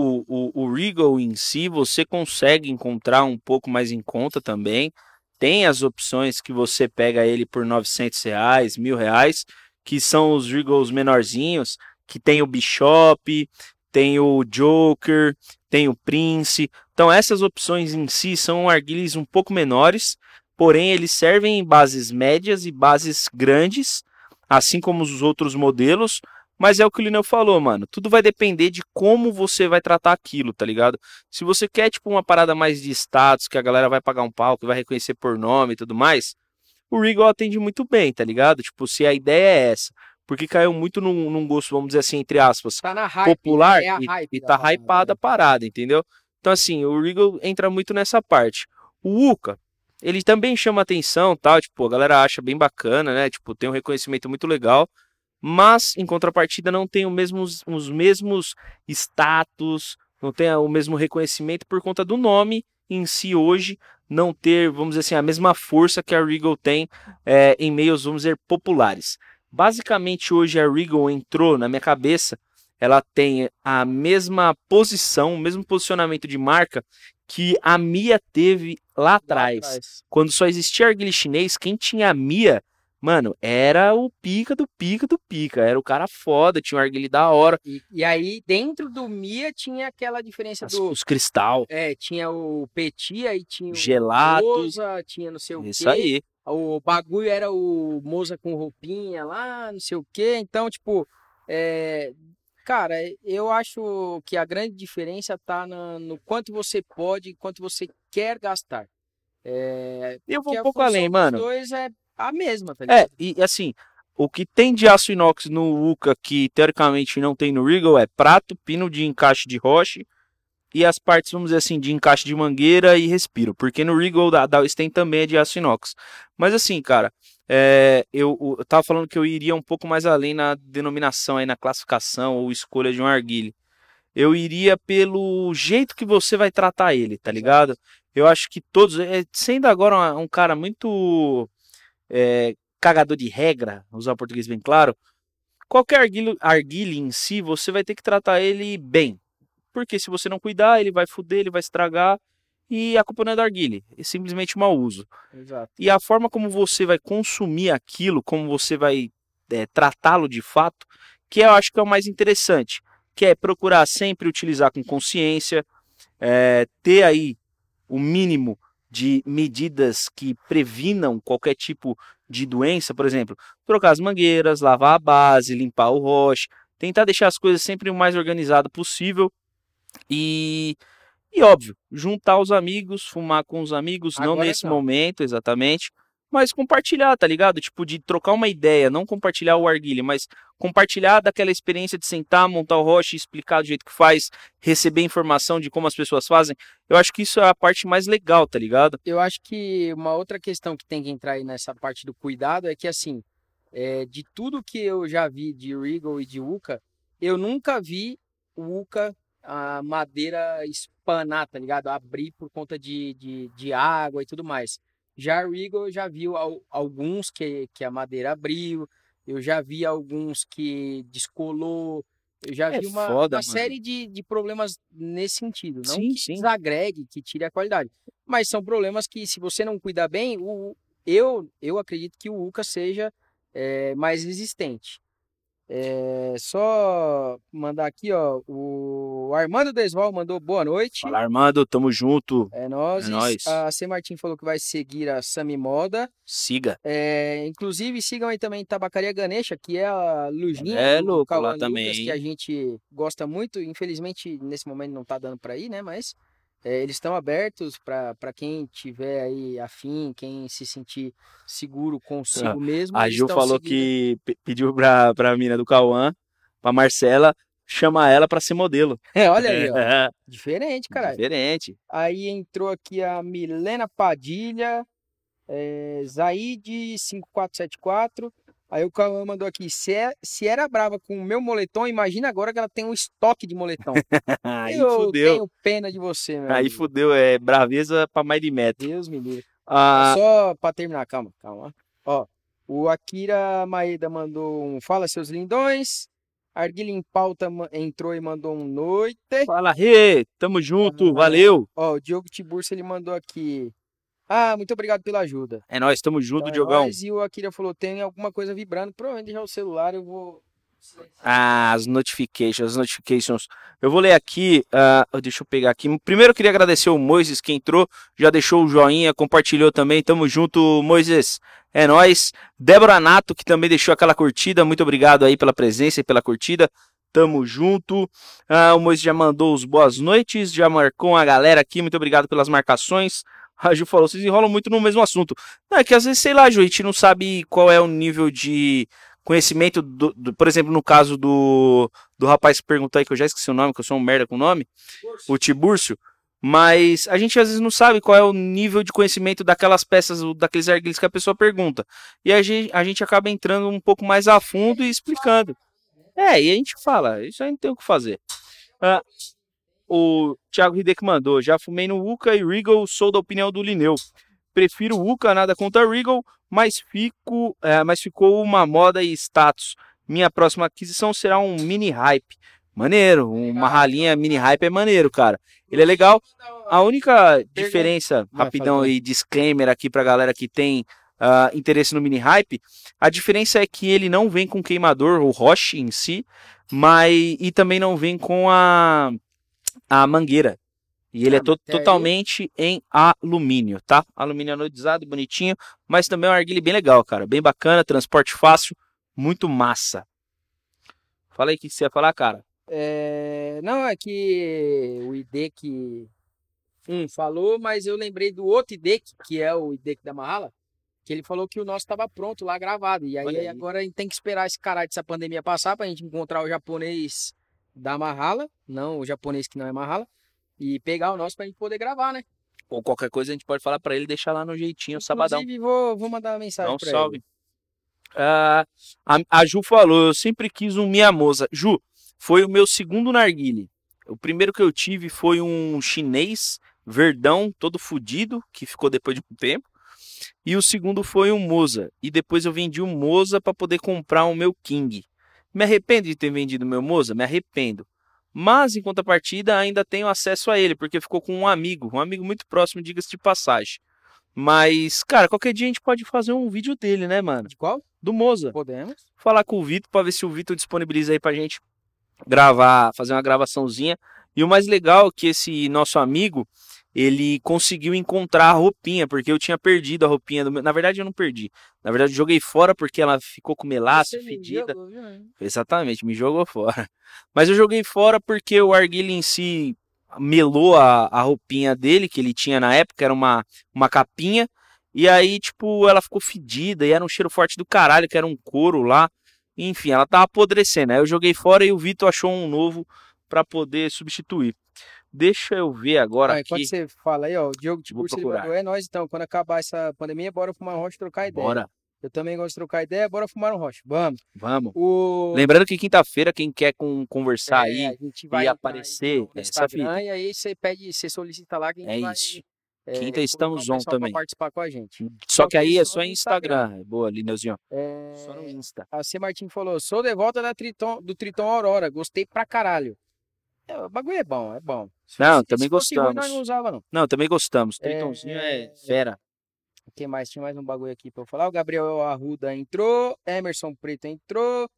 o Regal em si, você consegue encontrar um pouco mais em conta também. Tem as opções que você pega ele por R$ 900, R$ 1.000, que são os Regals menorzinhos, que tem o Bishop, tem o Joker, tem o Prince. Então essas opções em si são arguilhas um pouco menores, porém eles servem em bases médias e bases grandes, assim como os outros modelos. Mas é o que o Lineu falou, mano. Tudo vai depender de como você vai tratar aquilo, tá ligado? Se você quer, tipo, uma parada mais de status, que a galera vai pagar um pau, que vai reconhecer por nome e tudo mais, o Regal atende muito bem, tá ligado? Tipo, se a ideia é essa. Porque caiu muito num gosto, vamos dizer assim, entre aspas, Tá na hype, popular né? É a e hype da tá parada, hypada né? a parada, entendeu? Então, assim, o Regal entra muito nessa parte. O Uka, ele também chama atenção, tal, tipo, a galera acha bem bacana, né? Tipo, tem um reconhecimento muito legal, mas em contrapartida não tem os mesmos status, não tem o mesmo reconhecimento por conta do nome em si hoje não ter, vamos dizer assim, a mesma força que a Regal tem em meios, vamos dizer, populares. Basicamente hoje a Regal entrou na minha cabeça, ela tem a mesma posição, o mesmo posicionamento de marca que a Mia teve lá Lá atrás. atrás. Quando só existia arguilha chinês, quem tinha a Mia, mano, era o pica do pica do pica. Era o cara foda, tinha um arguilha da hora. E aí, dentro do Mia, tinha aquela diferença do. Os cristal, Tinha o Petit, aí tinha o gelado, Moza, tinha não sei o isso quê. aí. O bagulho era o Moza com roupinha lá, não sei o quê. Então, tipo, é, cara, eu acho que a grande diferença tá no quanto você pode, quanto você quer gastar. E eu vou Porque um a pouco além, função dos mano. dois é a mesma, tá ligado? E assim, o que tem de aço inox no Uka que teoricamente não tem no Regal é prato, pino de encaixe de rocha e as partes, vamos dizer assim, de encaixe de mangueira e respiro. Porque no Regal da Westem também é de aço inox. Mas assim, cara, eu tava falando que eu iria um pouco mais além na denominação, aí, na classificação ou escolha de um arguilho. Eu iria pelo jeito que você vai tratar ele, tá Exato. ligado? Eu acho que todos, sendo agora um cara muito cagador de regra, usar o português bem claro, qualquer arguilha em si, você vai ter que tratar ele bem. Porque se você não cuidar, ele vai foder, ele vai estragar e a culpa não é da arguilha, é simplesmente mau uso. Exato. E a forma como você vai consumir aquilo, como você vai tratá-lo de fato, que eu acho que é o mais interessante, que é procurar sempre utilizar com consciência, ter aí o mínimo de medidas que previnam qualquer tipo de doença, por exemplo, trocar as mangueiras, lavar a base, limpar o roche, tentar deixar as coisas sempre o mais organizado possível e, óbvio, juntar os amigos, fumar com os amigos, não Agora nesse não. momento exatamente, mas compartilhar, tá ligado? Tipo, de trocar uma ideia, não compartilhar o arguile, mas compartilhar daquela experiência de sentar, montar o roche, explicar do jeito que faz, receber informação de como as pessoas fazem. Eu acho que isso é a parte mais legal, tá ligado? Eu acho que uma outra questão que tem que entrar aí nessa parte do cuidado é que, assim, de tudo que eu já vi de Regal e de Uka, eu nunca vi o Uka, a madeira espanar, tá ligado? Abrir por conta de água e tudo mais. Já a Regal eu já vi alguns que a madeira abriu, eu já vi alguns que descolou, eu já É vi foda, uma mano. série de problemas nesse sentido. Não Sim, que sim. desagregue, que tire a qualidade, mas são problemas que, se você não cuidar bem, eu acredito que o Uka seja mais resistente. Só mandar aqui, ó, o Armando Desval mandou boa noite. Fala, Armando, tamo junto. É É nóis. nóis. A C. Martin falou que vai seguir a Sami Moda. Siga. Inclusive, sigam aí também Tabacaria Ganesha, que é a lojinha É do louco lá Cauã Lucas, que a também. gente gosta muito. Infelizmente, nesse momento não tá dando para ir, né? Mas eles estão abertos para quem tiver aí afim, quem se sentir seguro Ah, consigo mesmo, a eles Gil estão falou seguindo. que pediu pra mina do Cauã, pra Marcela, chamar ela pra ser modelo. Olha aí, ó. Diferente, caralho. Diferente. Aí entrou aqui a Milena Padilha, Zaid 5474. Aí o Cauã mandou aqui, se era brava com o meu moletom, imagina agora que ela tem um estoque de moletom. Aí Eu fudeu. tenho pena de você, meu Aí amigo. fudeu, é braveza pra mais de metro. Deus me livre. Ó, Ah, só pra terminar, calma, calma. Ó, o Akira Maeda mandou um fala, seus lindões. Arguilha em pauta entrou e mandou um noite. fala, Rê, tamo junto, valeu. Ó, o Diogo Tiburcio, ele mandou aqui. Ah, muito obrigado pela ajuda. É nóis, tamo Então junto, é Diogão. nóis. E o Akira falou: tem alguma coisa vibrando. Provavelmente já é o celular, eu vou. Ah, as notifications. Eu vou ler aqui, deixa eu pegar aqui. Primeiro eu queria agradecer o Moises que entrou, já deixou o joinha, compartilhou também. Tamo junto, Moises. É nóis. Débora Nato, que também deixou aquela curtida. Muito obrigado aí pela presença e pela curtida. Tamo junto. O Moisés já mandou os boas noites, já marcou a galera aqui. Muito obrigado pelas marcações. A Ju falou, vocês enrolam muito no mesmo assunto. Não, é que às vezes, sei lá, Ju, a gente não sabe qual é o nível de conhecimento, por exemplo, no caso do rapaz que perguntou aí, que eu já esqueci o nome, que eu sou um merda com o nome, o Tibúrcio, mas a gente às vezes não sabe qual é o nível de conhecimento daquelas peças, daqueles arguilhos que a pessoa pergunta. E a gente acaba entrando um pouco mais a fundo e explicando. E a gente fala, isso aí não tem o que fazer. Ah, o Thiago Hideki mandou, já fumei no Uka e Regal, sou da opinião do Lineu. Prefiro o Uka, nada contra Regal, mas ficou uma moda e status. Minha próxima aquisição será um mini hype. Maneiro, uma ralinha mini hype é maneiro, cara. Ele é legal. A única diferença, Vai, fala, rapidão fala. e disclaimer aqui pra galera que tem interesse no mini hype, a diferença é que ele não vem com queimador, o Roche em si, e também não vem com a mangueira. E ele é Até aí, totalmente em alumínio, tá? Alumínio anodizado, bonitinho, mas também é um arguilha bem legal, cara. Bem bacana, transporte fácil, muito massa. Fala aí o que você ia falar, cara. não, é que o ID que falou, mas eu lembrei do outro ID, que é o ID da Mahala, que ele falou que o nosso estava pronto lá gravado. E Olha aí aí. agora a gente tem que esperar esse caralho dessa pandemia passar pra gente encontrar o japonês da Mahala, não o japonês que não é Mahala, e pegar o nosso pra gente poder gravar, né? Ou qualquer coisa a gente pode falar pra ele deixar lá no jeitinho, sabadão. Inclusive, vou mandar uma Dá mensagem um pra salve. ele. A Ju falou, eu sempre quis um Miyamosa. Ju, foi o meu segundo narguile. O primeiro que eu tive foi um chinês, verdão, todo fudido, que ficou depois de um tempo. E o segundo foi um Moza. E depois eu vendi o Moza para poder comprar o meu King. Me arrependo de ter vendido o meu Moza? Me arrependo. Mas, em contrapartida, ainda tenho acesso a ele, porque ficou com um amigo muito próximo, diga-se de passagem. Mas, cara, qualquer dia a gente pode fazer um vídeo dele, né, mano? De qual? Do Moza. Podemos. Falar com o Vitor para ver se o Vitor disponibiliza aí pra gente gravar, fazer uma gravaçãozinha. E o mais legal é que esse nosso amigo, ele conseguiu encontrar a roupinha, porque eu tinha perdido a roupinha do meu. Na verdade, eu não perdi. Na verdade, eu joguei fora porque ela ficou com melaço, Você me fedida. jogou, viu, né? Exatamente, me jogou fora. Mas eu joguei fora porque o arguilha em si melou a roupinha dele, que ele tinha na época, era uma capinha. E aí, tipo, ela ficou fedida e era um cheiro forte do caralho, que era um couro lá. Enfim, ela tava apodrecendo. Aí eu joguei fora e o Vitor achou um novo pra poder substituir. Deixa eu ver agora Ah, enquanto aqui. você fala aí, ó, o Diogo Vou Tiburcio, ele procurar. mandou, é nóis então, quando acabar essa pandemia, bora fumar um rocha e trocar ideia. Bora, Eu também gosto de trocar ideia, bora fumar um rocha. Vamos. vamos. O... Lembrando que quinta-feira, quem quer conversar a aí gente e vai entrar aí aparecer, no essa Instagram fita. e aí você pede, você solicita lá que a É gente vai isso. Quinta colocar o estamos on pessoal para também. participar com a gente. Só que aí é só no em Instagram. Boa, Lineuzinho. Só no Insta. A C. Martin falou, sou de volta do Triton Aurora, gostei pra caralho. O bagulho é bom, é bom. Não, Se também fosse ruim, nós não gostamos. usava, não. Não, também gostamos. Tritonzinho é fera. O que mais? Tinha mais um bagulho aqui pra eu falar. O Gabriel Arruda entrou. Emerson Preto entrou.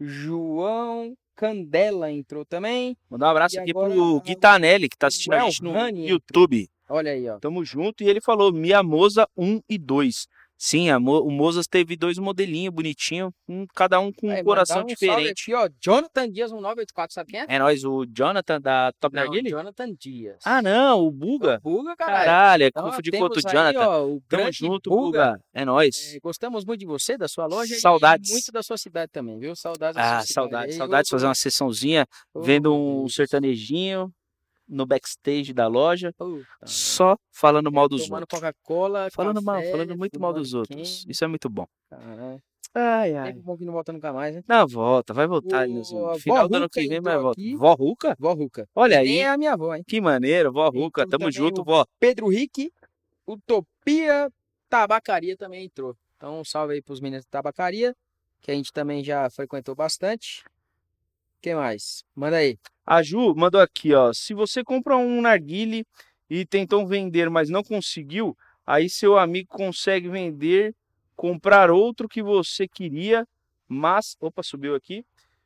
João Candela entrou também. Mandar um abraço E aqui agora, pro Guitanelli, que tá o assistindo a gente no Elrani YouTube. Olha aí, ó. Tamo junto. E ele falou Miyamosa 1 e 2. Sim, o Mozas teve 2 modelinhos bonitinhos, cada um com um Aí, coração mandar um salve diferente. aqui, ó. Jonathan Dias 1984, sabe quem é? É nóis, o Jonathan da Top Não, Narguilé? Jonathan Dias. Ah, não, o É Buga. o Buga, caralho. Caralho, Então, confundi com outro temos aí, Jonathan. ó, o Tamo grande junto, Buga. Buga. É nóis. Gostamos muito de você, da sua loja Saudades. e muito da sua cidade também, viu? Saudades da Ah, sua cidade. saudades, Aí, saudades de fazer uma sessãozinha, vendo um Deus. sertanejinho no backstage da loja, Puta, só falando mal dos tomando outros. Coca-Cola, Falando mal, café, falando muito mal fumando dos outros. quente. Isso é muito bom. Caralho. Ai, Tempo bom que não volta nunca mais, né? Não, volta, vai voltar. O Final Vó do ano Ruca que vem, entrou mas volta. aqui. Vó Ruca? Vó Ruca. Olha E aí. nem é a minha avó, hein? Que maneiro, Vó Ruca. Entrou Tamo também junto, o vó. Pedro Rick, Utopia Tabacaria também entrou. Então, um salve aí pros meninos da Tabacaria, que a gente também já frequentou bastante. Quem mais? Manda aí. A Ju mandou aqui, ó. Se você compra um narguile e tentou vender, mas não conseguiu, aí seu amigo consegue vender, comprar outro que você queria, mas... Opa, subiu aqui.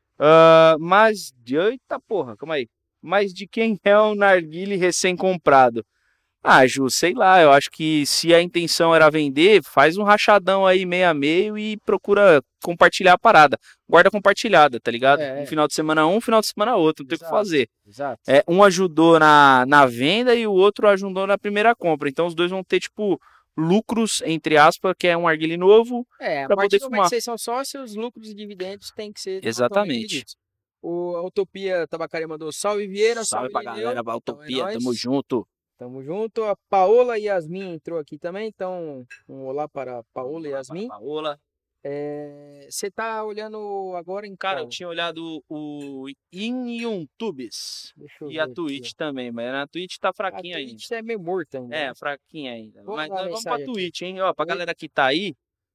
Mas de... Eita porra, calma aí. Mas de quem é o narguile recém-comprado? Ah, Ju, sei lá, eu acho que se a intenção era vender, faz um rachadão aí meio a meio e procura compartilhar a parada. Guarda compartilhada, tá ligado? Um final de semana um final de semana outro, não tem o que fazer. Exato. Um ajudou na venda e o outro ajudou na primeira compra. Então os dois vão ter, tipo, lucros, entre aspas, que é um arguile novo, A pra partir poder do momento fumar. que vocês são sócios, lucros e dividendos tem que ser Exatamente. divididos. A Utopia Tabacaria mandou salve Vieira, Salve pra Lineu. galera, pra Então, Utopia, nóis. tamo junto. Tamo junto. A Paola Yasmin entrou aqui também, então um olá para a Paola Yasmin. Paola. Você tá olhando agora em Cara, qual? eu tinha olhado o InYouTubes Deixa eu e ver a aqui, Twitch ó. também, mas na Twitch tá A fraquinha ainda. Twitch é meio morta ainda. né? Fraquinha ainda. Vou Mas mandar nós vamos pra mensagem aqui. Twitch, hein? Ó, pra Oi? galera que tá aí,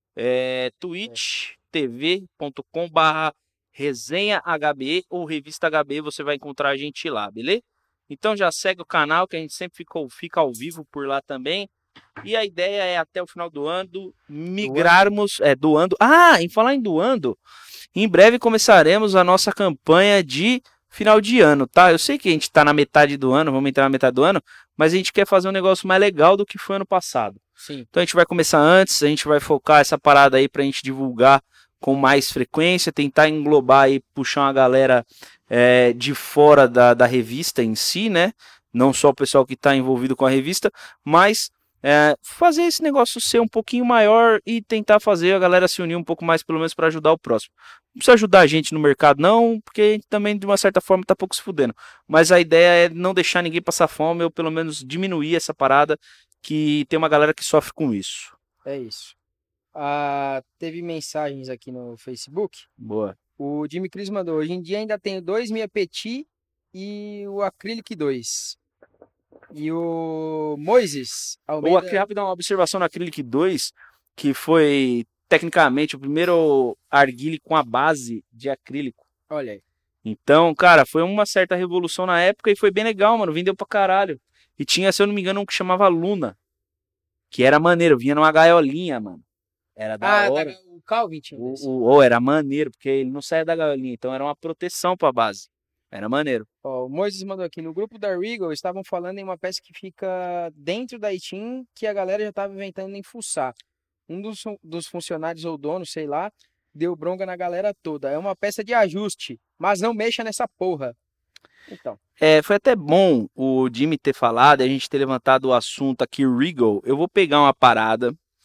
twitch.tv.com/resenha HB ou revista HB, você vai encontrar a gente lá, beleza? Então já segue o canal, que a gente sempre fica ao vivo por lá também. E a ideia é até o final do ano migrarmos, doando. Ah, em falar em doando, em breve começaremos a nossa campanha de final de ano, tá? Eu sei que a gente tá na metade do ano, vamos entrar na metade do ano, mas a gente quer fazer um negócio mais legal do que foi ano passado. Sim. Então a gente vai começar antes, a gente vai focar essa parada aí pra gente divulgar com mais frequência, tentar englobar aí, puxar uma galera de fora da revista em si, né? Não só o pessoal que está envolvido com a revista, mas fazer esse negócio ser um pouquinho maior e tentar fazer a galera se unir um pouco mais, pelo menos para ajudar o próximo. Não precisa ajudar a gente no mercado, não, porque a gente também, de uma certa forma, tá pouco se fudendo. Mas a ideia é não deixar ninguém passar fome, ou pelo menos diminuir essa parada, que tem uma galera que sofre com isso. É isso. Teve mensagens aqui no Facebook. Boa. O Jimmy Cris mandou, hoje em dia ainda tenho 2 Mia Petit e o Acrylic 2. E o Moises Almeida... Rapidão, uma observação no Acrylic 2, que foi tecnicamente o primeiro arguile com a base de acrílico. Olha aí. Então, cara, foi uma certa revolução na época e foi bem legal, mano. Vendeu pra caralho. E tinha, se eu não me engano, um que chamava Luna, que era maneiro, vinha numa gaiolinha, mano. Era da hora. O Calvin tinha esse. Era maneiro, porque ele não saía da gaiolinha, então era uma proteção pra base. Era maneiro. Ó, o Moises mandou aqui, no grupo da Regal, estavam falando em uma peça que fica dentro da Steam, que a galera já tava inventando em fuçar. Um dos funcionários ou donos, sei lá, deu bronca na galera toda. É uma peça de ajuste, mas não mexa nessa porra. Então. Foi até bom o Jimmy ter falado, a gente ter levantado o assunto aqui, Regal. Eu vou pegar uma parada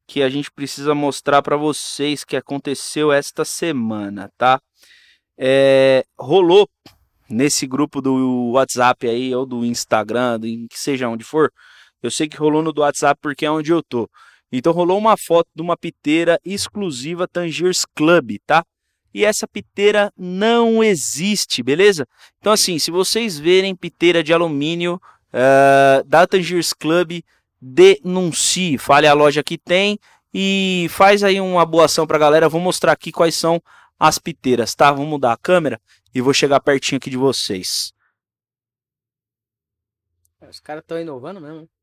que a gente precisa mostrar para vocês que aconteceu esta semana, tá? Rolou nesse grupo do WhatsApp aí, ou do Instagram, que seja onde for. Eu sei que rolou no do WhatsApp porque é onde eu tô. Então rolou uma foto de uma piteira exclusiva Tangiers Club, tá? E essa piteira não existe, beleza? Então assim, se vocês verem piteira de alumínio da Tangiers Club, denuncie, fale a loja que tem e faz aí uma boa ação pra galera. Vou mostrar aqui quais são as piteiras, tá? Vou mudar a câmera e vou chegar pertinho aqui de vocês. Os caras estão inovando mesmo, né?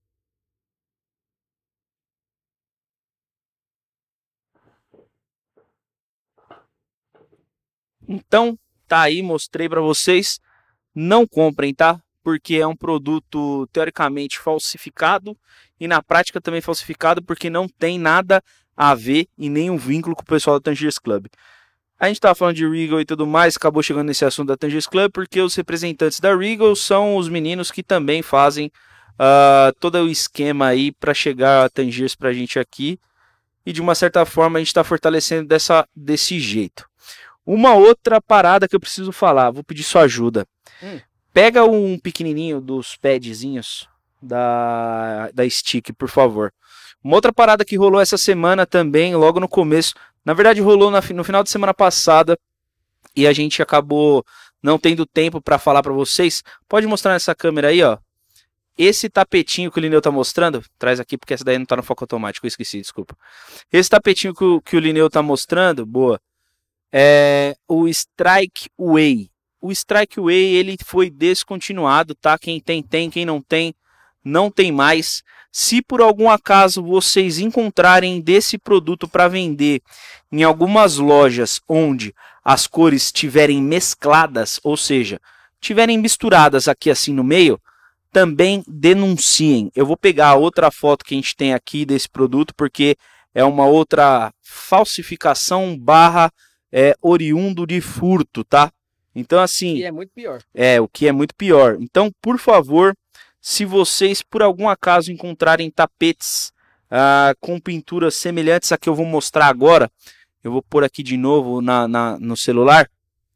Então, tá aí, mostrei pra vocês. Não comprem, tá? Porque é um produto teoricamente falsificado e na prática também falsificado porque não tem nada a ver e nenhum vínculo com o pessoal da Tangiers Club. A gente estava falando de Regal e tudo mais, acabou chegando nesse assunto da Tangiers Club porque os representantes da Regal são os meninos que também fazem todo o esquema aí para chegar a Tangiers pra gente aqui e de uma certa forma a gente está fortalecendo desse jeito. Uma outra parada que eu preciso falar, vou pedir sua ajuda. Pega um pequenininho dos padzinhos da Stick, por favor. Uma outra parada que rolou essa semana também, logo no começo. Na verdade, rolou no final de semana passada. E a gente acabou não tendo tempo para falar para vocês. Pode mostrar nessa câmera aí, ó. Esse tapetinho que o Lineu tá mostrando. Traz aqui porque essa daí não tá no foco automático. Eu esqueci, desculpa. Esse tapetinho que o Lineu tá mostrando, boa. É o Strike Way. O Strike Way ele foi descontinuado, tá? Quem tem, quem não tem mais. Se por algum acaso vocês encontrarem desse produto para vender em algumas lojas onde as cores estiverem mescladas, ou seja, estiverem misturadas aqui assim no meio, também denunciem. Eu vou pegar a outra foto que a gente tem aqui desse produto, porque é uma outra falsificação barra oriundo de furto, tá? Então, assim... O que é muito pior. O que é muito pior. Então, por favor, se vocês, por algum acaso, encontrarem tapetes com pinturas semelhantes a que eu vou mostrar agora, eu vou pôr aqui de novo no celular,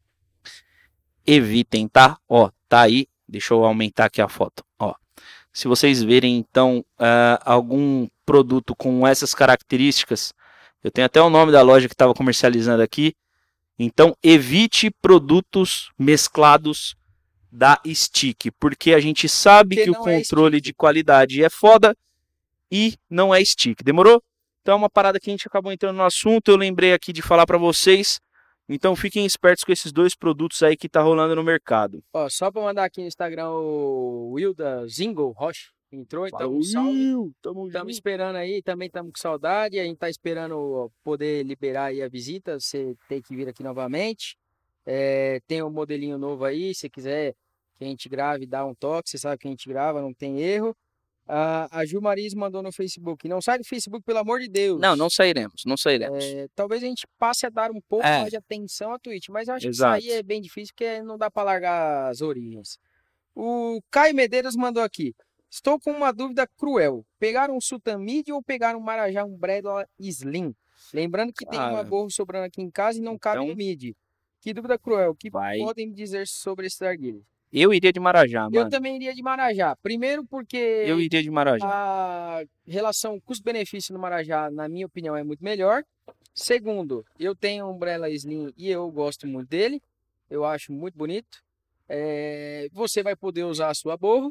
evitem, tá? Ó, tá aí. Deixa eu aumentar aqui a foto. Ó, se vocês verem, então, algum produto com essas características, eu tenho até o nome da loja que estava comercializando aqui. Então, evite produtos mesclados da Stick, porque a gente sabe que o controle de qualidade é foda e não é Stick. Demorou? Então, é uma parada que a gente acabou entrando no assunto, eu lembrei aqui de falar para vocês. Então, fiquem espertos com esses dois produtos aí que tá rolando no mercado. Ó, só para mandar aqui no Instagram o Will da Zingle Rocha. Entrou, então salve. Estamos esperando aí, também estamos com saudade. A gente está esperando poder liberar aí a visita. Você tem que vir aqui novamente. Tem um modelinho novo aí. Se quiser que a gente grave, dá um toque. Você sabe que a gente grava, não tem erro. A Ju Maris mandou no Facebook. Não sai do Facebook, pelo amor de Deus. Não sairemos, não sairemos. Talvez a gente passe a dar um pouco mais de atenção à Twitch, mas eu acho que isso aí é bem difícil, porque não dá para largar as origens. O Caio Medeiros mandou aqui. Estou com uma dúvida cruel. Pegaram um Sultan Mid ou pegaram um Marajá Umbrella Slim? Lembrando que tem uma gorro sobrando aqui em casa e não cabe no Mid. Que dúvida cruel. O que podem me dizer sobre esse narguilé? Eu iria de Marajá, mano. Eu também iria de Marajá. Primeiro porque... Eu iria de Marajá. A relação custo-benefício no Marajá, na minha opinião, é muito melhor. Segundo, eu tenho um Umbrella Slim e eu gosto muito dele. Eu acho muito bonito. Você vai poder usar a sua borro.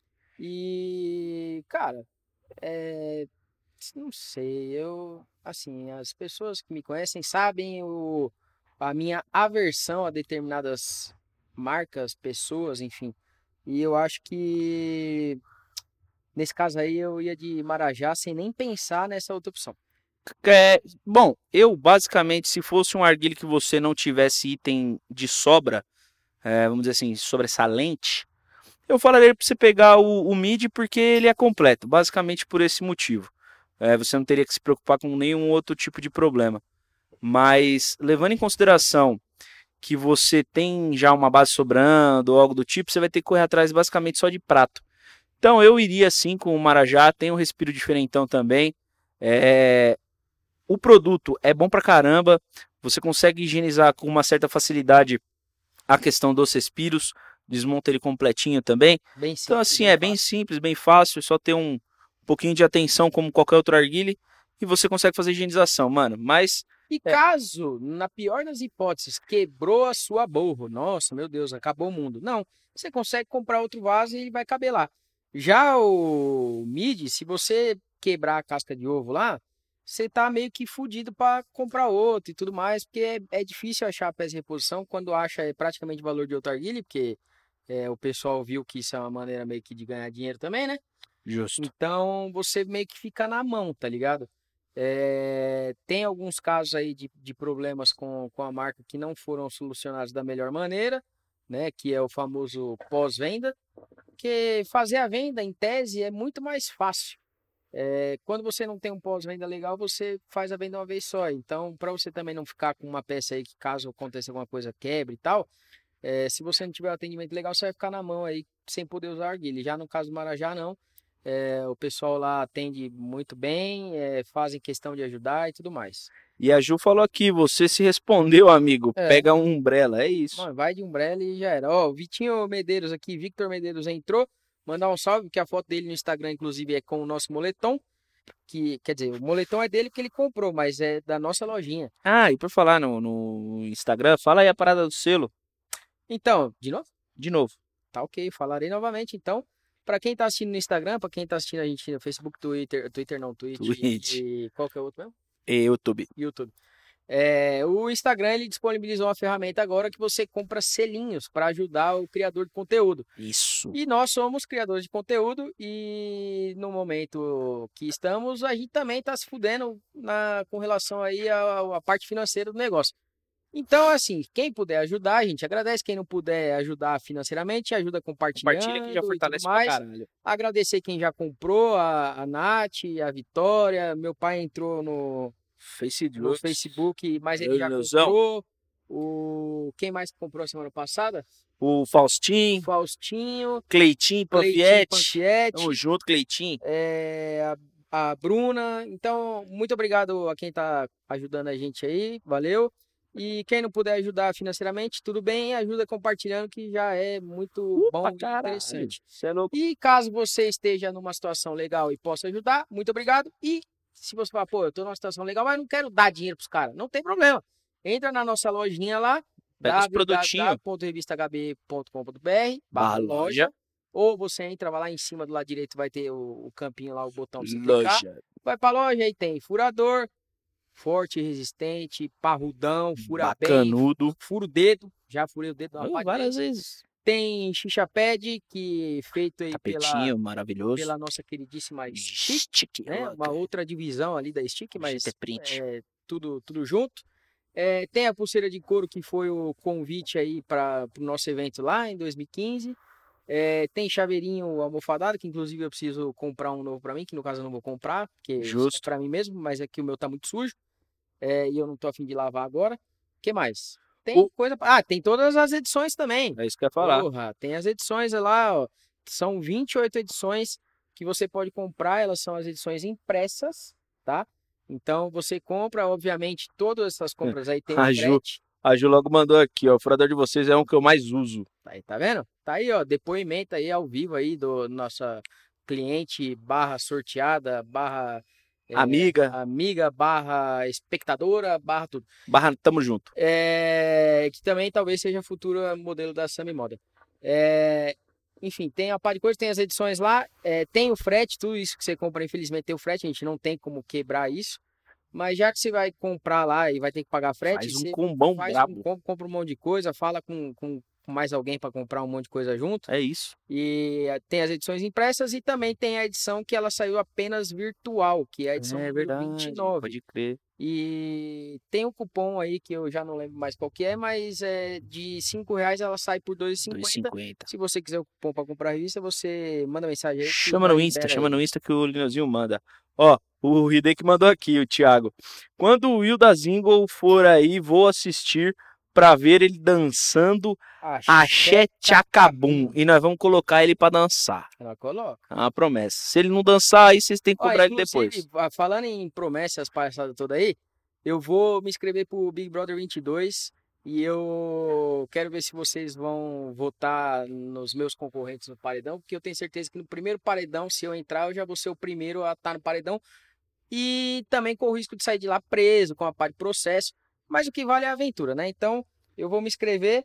E, cara, não sei, assim, as pessoas que me conhecem sabem a minha aversão a determinadas marcas, pessoas, enfim. E eu acho que, nesse caso aí, eu ia de Marajá sem nem pensar nessa outra opção. Bom, eu basicamente, se fosse um arguilé que você não tivesse item de sobra, vamos dizer assim, sobressalente, eu falaria para você pegar o mid porque ele é completo, basicamente por esse motivo. Você não teria que se preocupar com nenhum outro tipo de problema. Mas levando em consideração que você tem já uma base sobrando ou algo do tipo, você vai ter que correr atrás basicamente só de prato. Então eu iria sim com o Marajá, tem um respiro diferentão também. O produto é bom pra caramba, você consegue higienizar com uma certa facilidade a questão dos respiros, desmonta ele completinho também. Bem Então simples, assim, bem é bem fácil. simples, bem fácil, só ter um pouquinho de atenção como qualquer outro arguile e você consegue fazer higienização, mano. Mas E é, caso, na pior das hipóteses, quebrou a sua borro, nossa, meu Deus, acabou o mundo. Não, você consegue comprar outro vaso e ele vai caber lá. Já o mid, se você quebrar a casca de ovo lá, você tá meio que fudido para comprar outro e tudo mais, porque é difícil achar a peça de reposição. Quando acha, é praticamente valor de outro arguile, porque o pessoal viu que isso é uma maneira meio que de ganhar dinheiro também, né? justo. Então você meio que fica na mão, tá ligado? Tem alguns casos aí de problemas com a marca que não foram solucionados da melhor maneira, né? Que é o famoso pós-venda. Porque fazer a venda, em tese, é muito mais fácil. Quando você não tem um pós-venda legal, você faz a venda uma vez só. Então, para você também não ficar com uma peça aí que caso aconteça alguma coisa quebre e tal, se você não tiver um atendimento legal, você vai ficar na mão aí sem poder usar arguilha. Já no caso do Marajá, não. O pessoal lá atende muito bem, fazem questão de ajudar e tudo mais. E a Ju falou aqui, você se respondeu, amigo. É, Pega um Umbrella, é isso. mano, vai de Umbrella e já era. Ó, o Vitinho Medeiros aqui, Victor Medeiros entrou. Mandar um salve, que a foto dele no Instagram, inclusive, é com o nosso moletom. Que, quer dizer, o moletom é dele que ele comprou, mas é da nossa lojinha. Ah, e por falar no Instagram, fala aí a parada do selo, Então, de novo? de novo. Tá ok, falarei novamente. Então, para quem tá assistindo no Instagram, para quem tá assistindo a gente no Facebook, Twitter não, Twitch Twitch e qual que é o outro mesmo? e YouTube. YouTube. O Instagram ele disponibilizou uma ferramenta agora que você compra selinhos para ajudar o criador de conteúdo. Isso. E nós somos criadores de conteúdo e no momento que estamos, a gente também está se fudendo com relação aí à parte financeira do negócio. Então, assim, quem puder ajudar, a gente agradece. Quem não puder ajudar financeiramente, ajuda Compartilha que já compartilhando e tudo fortalece pra mais. caralho. Agradecer quem já comprou, a Nath, a Vitória. Meu pai entrou no Facebook, mas ele já Ilusão. comprou. Quem mais comprou a semana passada? O Faustin, Faustinho, Cleitinho, Cleitinho Panfiete. Tamo Panfietti, junto, Cleitinho. a Bruna. Então, muito obrigado a quem está ajudando a gente aí, valeu. E quem não puder ajudar financeiramente, tudo bem, ajuda compartilhando, que já é muito bom Pra e caralho. interessante. Você é louco. E caso você esteja numa situação legal e possa ajudar, muito obrigado. E se você falar, pô, eu tô numa situação legal, mas não quero dar dinheiro pros caras, não tem problema. Entra na nossa lojinha lá, Pega os produtinhos. www.revistahb.com.br/loja. Ou você entra, vai lá em cima do lado direito, vai ter o campinho lá, o botão pra você clicar. Loja. Vai pra loja, aí tem furador, forte, resistente, parrudão, fura bem, Bacanudo. fura o dedo, já furei o dedo na parte Várias vezes. Tem xixa pad, que feito aí Tapetinho maravilhoso. pela nossa queridíssima Stick, Stick. né? Uma outra divisão ali da Stick, mas GT Print. tudo junto. Tem a pulseira de couro, que foi o convite aí para o nosso evento lá em 2015. Tem chaveirinho almofadado, que inclusive eu preciso comprar um novo para mim, que no caso eu não vou comprar, porque Justo. é para mim mesmo, mas é que o meu tá muito sujo. E eu não tô a fim de lavar agora. O que mais? Tem coisa. Tem todas as edições também. É isso que eu ia falar. Porra, tem as edições lá, ó. São 28 edições que você pode comprar. Elas são as edições impressas, tá? Então você compra, obviamente, todas essas compras aí tem um frete. A Ju logo mandou aqui, ó. O furador de vocês é um que eu mais uso. Aí, tá vendo? Tá aí, ó. Depoimento aí ao vivo aí do nossa cliente barra sorteada, barra amiga, barra espectadora, barra tudo. Barra, tamo junto. Que também talvez seja futuro modelo da Sammy Moda. Enfim, tem a parte de coisa, tem as edições lá, tem o frete, tudo isso que você compra, infelizmente tem o frete, a gente não tem como quebrar isso. Mas já que você vai comprar lá e vai ter que pagar frete, Faz um combão brabo. Compra um monte de coisa, fala com mais alguém para comprar um monte de coisa junto. É isso. E tem as edições impressas e também tem a edição que ela saiu apenas virtual, que é a edição verdade, 29. pode crer. E tem um cupom aí que eu já não lembro mais qual que é, mas de R$5 ela sai por R$2,50. Se você quiser o cupom para comprar a revista, você manda mensagem aí. Chama no Insta que o Lineuzinho manda. Ó, o Hideki mandou aqui, o Thiago. Quando o Will da Zingle for aí, vou assistir pra ver ele dançando Axé Tchacabum. E nós vamos colocar ele pra dançar. Ela coloca. É uma promessa. Se ele não dançar, aí vocês têm que Ó, cobrar ele inclusive, depois. falando em promessas passadas todas aí, eu vou me inscrever pro Big Brother 22 e eu quero ver se vocês vão votar nos meus concorrentes no paredão, porque eu tenho certeza que no primeiro paredão, se eu entrar, eu já vou ser o primeiro a estar no paredão e também corro o risco de sair de lá preso com a parte de processo, mas o que vale é a aventura, né? Então, eu vou me inscrever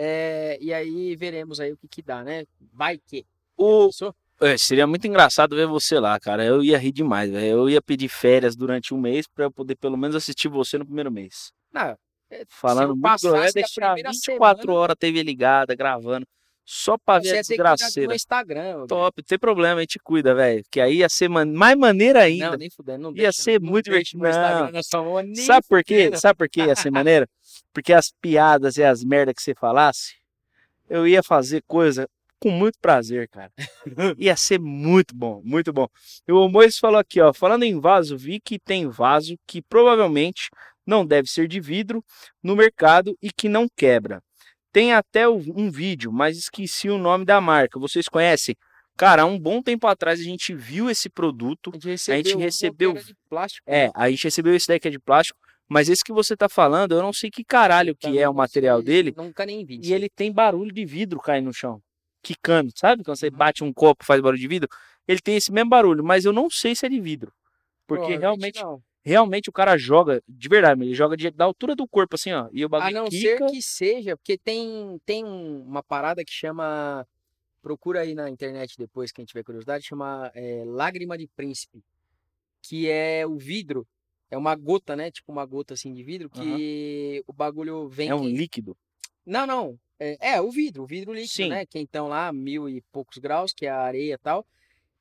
e aí veremos aí o que dá, né? Vai que. O... seria muito engraçado ver você lá, cara. Eu ia rir demais, velho. Eu ia pedir férias durante um mês pra eu poder pelo menos assistir você no primeiro mês. Não, Falando muito, eu ia deixar 24 horas a TV ligada, gravando, só pra ver a desgraceira. No Instagram. Top, não tem problema, a gente cuida, velho. Que aí ia ser mais maneira ainda. Não, nem fudendo, não ia ser muito divertido. Não. Sabe por quê? Sabe por quê ia ser maneiro? Porque as piadas e as merdas que você falasse, eu ia fazer coisa com muito prazer, cara. Ia ser muito bom, muito bom. E o Moisés falou aqui, ó, falando em vaso, vi que tem vaso que provavelmente não deve ser de vidro no mercado e que não quebra. Tem até um vídeo, mas esqueci o nome da marca. Vocês conhecem? Cara, há um bom tempo atrás a gente viu esse produto. A gente recebeu de plástico. A gente recebeu esse daí que é de plástico. Mas esse que você tá falando, eu não sei que caralho que é o material dele. Nunca nem vi. E ele tem barulho de vidro caindo no chão. Quicando, sabe? Quando você bate um copo faz barulho de vidro. Ele tem esse mesmo barulho, mas eu não sei se é de vidro. Porque realmente o cara joga, de verdade, ele joga da altura do corpo, assim, ó. E o bagulho a não ser que seja, porque tem uma parada que chama... Procura aí na internet depois, quem tiver curiosidade, chama Lágrima de Príncipe. Que é o vidro. É uma gota, né? Tipo uma gota assim de vidro, que o bagulho vem... É um líquido? Não. O vidro líquido, sim, né? Quentão lá, 1000 e poucos graus, que é a areia e tal.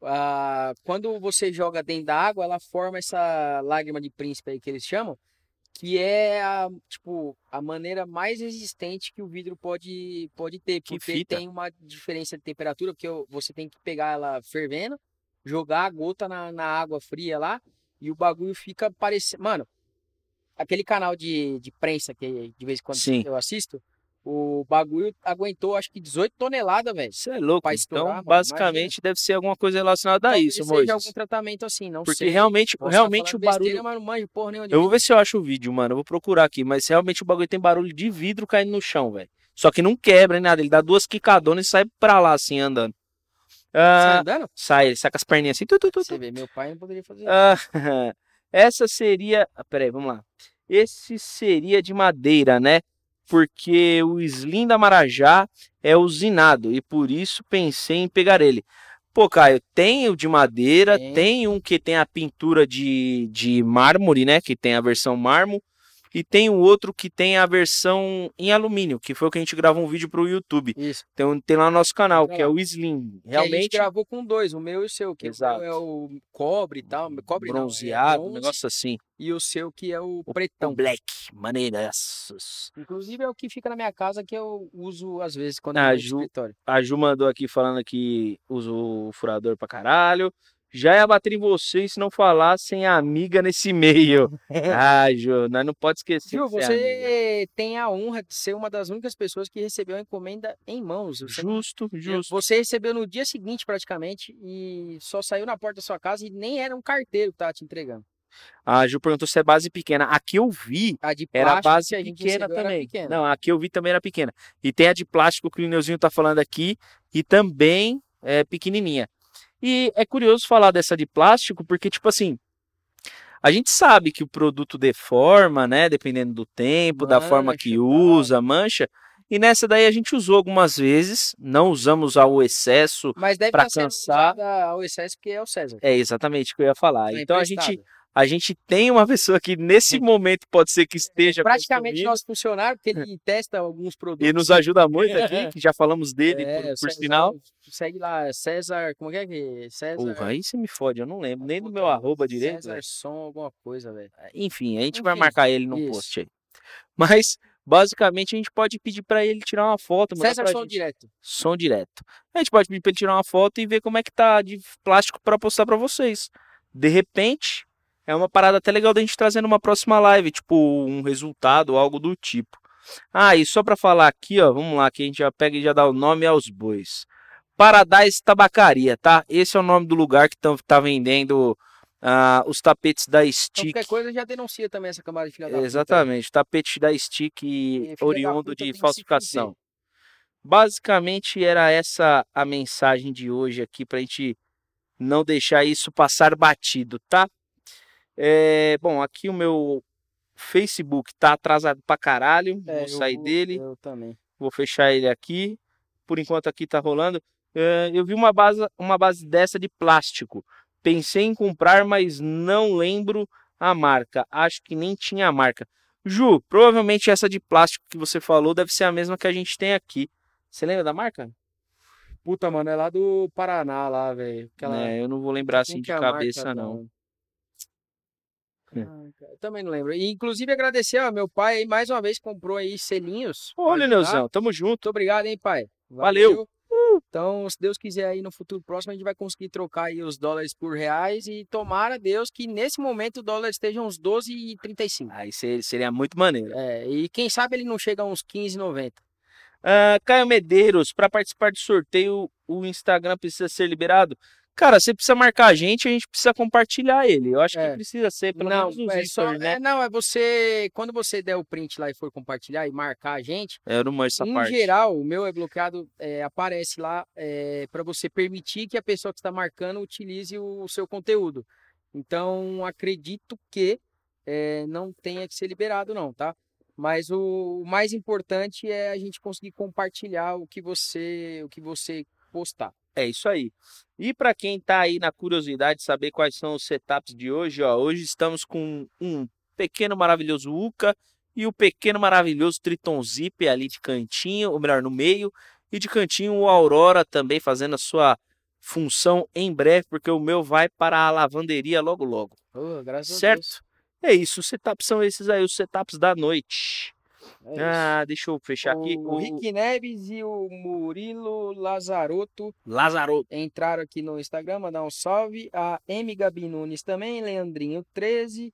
Quando você joga dentro da água, ela forma essa lágrima de príncipe aí que eles chamam, que é a maneira mais resistente que o vidro pode ter, porque tem uma diferença de temperatura, porque você tem que pegar ela fervendo, jogar a gota na água fria lá, e o bagulho fica parecendo... Mano, aquele canal de prensa que de vez em quando eu assisto, o bagulho aguentou acho que 18 toneladas, velho. Isso é louco. Então, basicamente, deve ser alguma coisa relacionada a isso, Moisés. Seja algum tratamento assim, não sei. Porque realmente o barulho... Besteira, mas não manjo porra nenhuma. Eu vou ver se eu acho o vídeo, mano. Eu vou procurar aqui. Mas realmente o bagulho tem barulho de vidro caindo no chão, velho. Só que não quebra nem nada. Ele dá 2 quicadonas e sai pra lá, assim, andando. Sai andando? Sai, ele saca as perninhas assim. Você vê, meu pai não poderia fazer isso. Essa seria... Peraí, vamos lá. Esse seria de madeira, né? Porque o Slim da Marajá é usinado e por isso pensei em pegar ele. Pô, Caio, tem o de madeira, tem um que tem a pintura de mármore, né? Que tem a versão mármore. E tem o outro que tem a versão em alumínio, que foi o que a gente gravou um vídeo pro YouTube. Isso. Tem lá no nosso canal, que é o Slim. Realmente. A gente gravou com 2, o meu e o seu, que exato. É o cobre e tal. Cobre bronzeado, não, um negócio assim. E o seu que é o pretão. O black, maneiras. Inclusive é o que fica na minha casa que eu uso às vezes quando eu vou no escritório. A Ju mandou aqui falando que usa o furador pra caralho. Já ia bater em você se não falassem amiga nesse meio. Ju, nós não pode esquecer. Ju, você tem a honra de ser uma das únicas pessoas que recebeu a encomenda em mãos. Justo. Você recebeu no dia seguinte praticamente e só saiu na porta da sua casa e nem era um carteiro que tava te entregando. A Ju perguntou se é base pequena. Aqui eu vi, a de plástico, era base pequena também. Não, aqui eu vi também era pequena. E tem a de plástico que o Neuzinho tá falando aqui e também é pequenininha. E é curioso falar dessa de plástico porque, tipo assim, a gente sabe que o produto deforma, né? Dependendo do tempo, da forma que usa, mancha. E nessa daí a gente usou algumas vezes, não usamos ao excesso para cansar. Ao excesso porque é o César. É exatamente o que eu ia falar. Então a gente tem uma pessoa que nesse momento pode ser que esteja praticamente nosso funcionário, porque ele testa alguns produtos. E nos ajuda muito aqui, que já falamos dele, por sinal. Segue lá, César, como é que é? César... aí você me fode, eu não lembro nem do meu arroba direito. César Som, alguma coisa, velho. Enfim, a gente vai marcar ele no post aí. Mas, basicamente, a gente pode pedir para ele tirar uma foto. César Som direto. Som direto. A gente pode pedir para ele tirar uma foto e ver como é que tá de plástico para postar para vocês. De repente... é uma parada até legal da gente trazer numa próxima live, tipo um resultado, algo do tipo. Ah, e só pra falar aqui, ó, vamos lá, que a gente já pega e já dá o nome aos bois. Paradise Tabacaria, tá? Esse é o nome do lugar que tá vendendo os tapetes da Então Stick. qualquer coisa já denuncia também essa camada de filha da puta aí. Exatamente, tapete da Stick E filha da oriundo puta de tem que se fuder. falsificação. Basicamente era essa a mensagem de hoje aqui pra gente não deixar isso passar batido, tá? Bom, aqui o meu Facebook tá atrasado pra caralho. Vou sair dele, Eu também. vou fechar ele aqui. Por enquanto aqui tá rolando. Eu vi uma base dessa de plástico. Pensei em comprar, mas não lembro a marca. Acho que nem tinha a marca. Ju, provavelmente essa de plástico que você falou deve ser a mesma que a gente tem aqui. Você lembra da marca? Puta, mano, é lá do Paraná, lá, velho. Aquela. Eu não vou lembrar Como assim que de é a marca cabeça, da. não. Ah, cara, eu também não lembro. E, inclusive, agradecer, ó, meu pai aí mais uma vez comprou aí selinhos Ô, pra ajudar. Lineuzinho, tamo Muito junto. obrigado, hein, pai. Valeu. Valeu. Então, se Deus quiser aí no futuro próximo, a gente vai conseguir trocar aí os dólares por reais e tomara Deus que nesse momento o dólar esteja uns 12,35. Aí seria muito maneiro. E quem sabe ele não chega a uns 15,90. Caio Medeiros, para participar do sorteio, o Instagram precisa ser liberado? Cara, você precisa marcar a gente precisa compartilhar ele. Eu acho que É. precisa ser, pelo Não, menos nos é só. stories, né? Não, é você. Quando você der o print lá e for compartilhar e marcar a gente, Eu não manjo essa em parte. geral, o meu é bloqueado, aparece lá para você permitir que a pessoa que está marcando utilize o seu conteúdo. Então, acredito que não tenha que ser liberado, não, tá? Mas o mais importante é a gente conseguir compartilhar o que você postar. É isso aí. E para quem tá aí na curiosidade de saber quais são os setups de hoje, ó, hoje estamos com um pequeno maravilhoso Uka e o pequeno maravilhoso Triton Zip ali de cantinho, ou melhor, no meio, e de cantinho o Aurora também fazendo a sua função em breve, porque o meu vai para a lavanderia logo logo. Oh, graças a Deus. Certo? É isso, os setups são esses aí, os setups da noite. É isso. Deixa eu fechar aqui. O Rick Neves e o Murilo Lazarotto Lazaro. entraram aqui no Instagram, mandar um salve. A M. Gabi Nunes também, Leandrinho 13,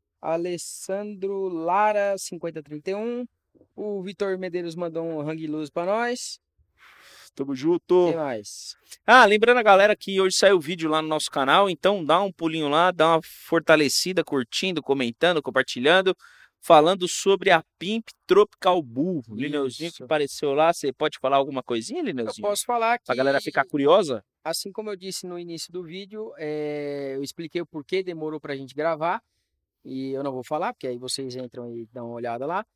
Alessandro Lara 5031. O Vitor Medeiros mandou um hang luz pra nós. Tamo Quem junto. mais? Lembrando a galera que hoje saiu vídeo lá no nosso canal, então dá um pulinho lá, dá uma fortalecida, curtindo, comentando, compartilhando, falando sobre a Pimp Tropical Bull. Lineuzinho que Isso. apareceu lá, você pode falar alguma coisinha, Eu Lineuzinho? posso falar Pra galera que, ficar curiosa? assim como eu disse no início do vídeo, eu expliquei o porquê demorou pra gente gravar. E eu não vou falar, porque aí vocês entram e dão uma olhada lá.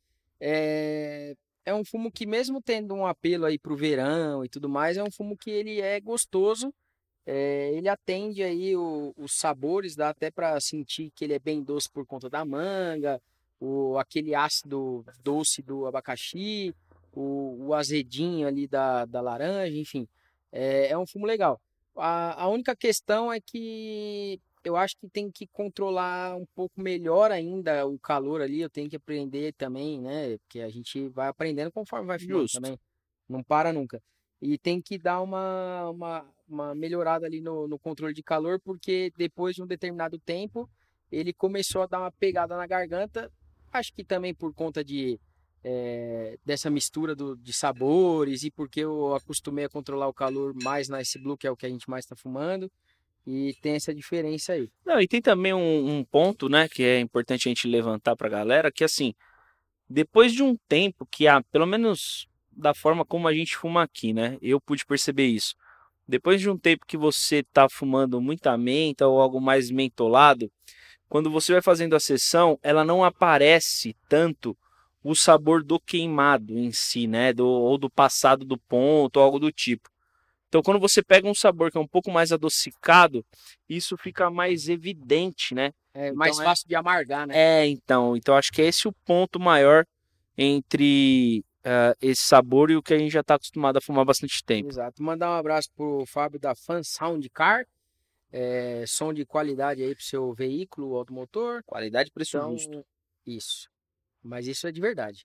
É um fumo que, mesmo tendo um apelo aí pro verão e tudo mais, é um fumo que ele é gostoso. Ele atende aí os sabores, dá até para sentir que ele é bem doce por conta da manga, aquele ácido doce do abacaxi, o azedinho ali da laranja, enfim. É um fumo legal. A única questão é que eu acho que tem que controlar um pouco melhor ainda o calor ali. Eu tenho que aprender também, né? Porque a gente vai aprendendo conforme vai fumando Justo. também. Não para nunca. E tem que dar uma melhorada ali no controle de calor, porque depois de um determinado tempo, ele começou a dar uma pegada na garganta. Acho que também por conta dessa mistura de sabores e porque eu acostumei a controlar o calor mais na Ice Blue, que é o que a gente mais está fumando. E tem essa diferença aí. Não, e tem também um ponto, né, que é importante a gente levantar pra galera, que assim, depois de um tempo que pelo menos da forma como a gente fuma aqui, né, eu pude perceber isso. Depois de um tempo que você tá fumando muita menta ou algo mais mentolado, quando você vai fazendo a sessão, ela não aparece tanto o sabor do queimado em si, né, ou do passado do ponto, ou algo do tipo. Então, quando você pega um sabor que é um pouco mais adocicado, isso fica mais evidente, né? É mais Então fácil de amargar, né? então acho que é esse o ponto maior entre esse sabor e o que a gente já está acostumado a fumar há bastante tempo. Exato. Mandar um abraço pro Fábio da Fan Sound Car. Som de qualidade aí pro seu veículo automotor. Qualidade e preço Então, justo. isso. Mas isso é de verdade.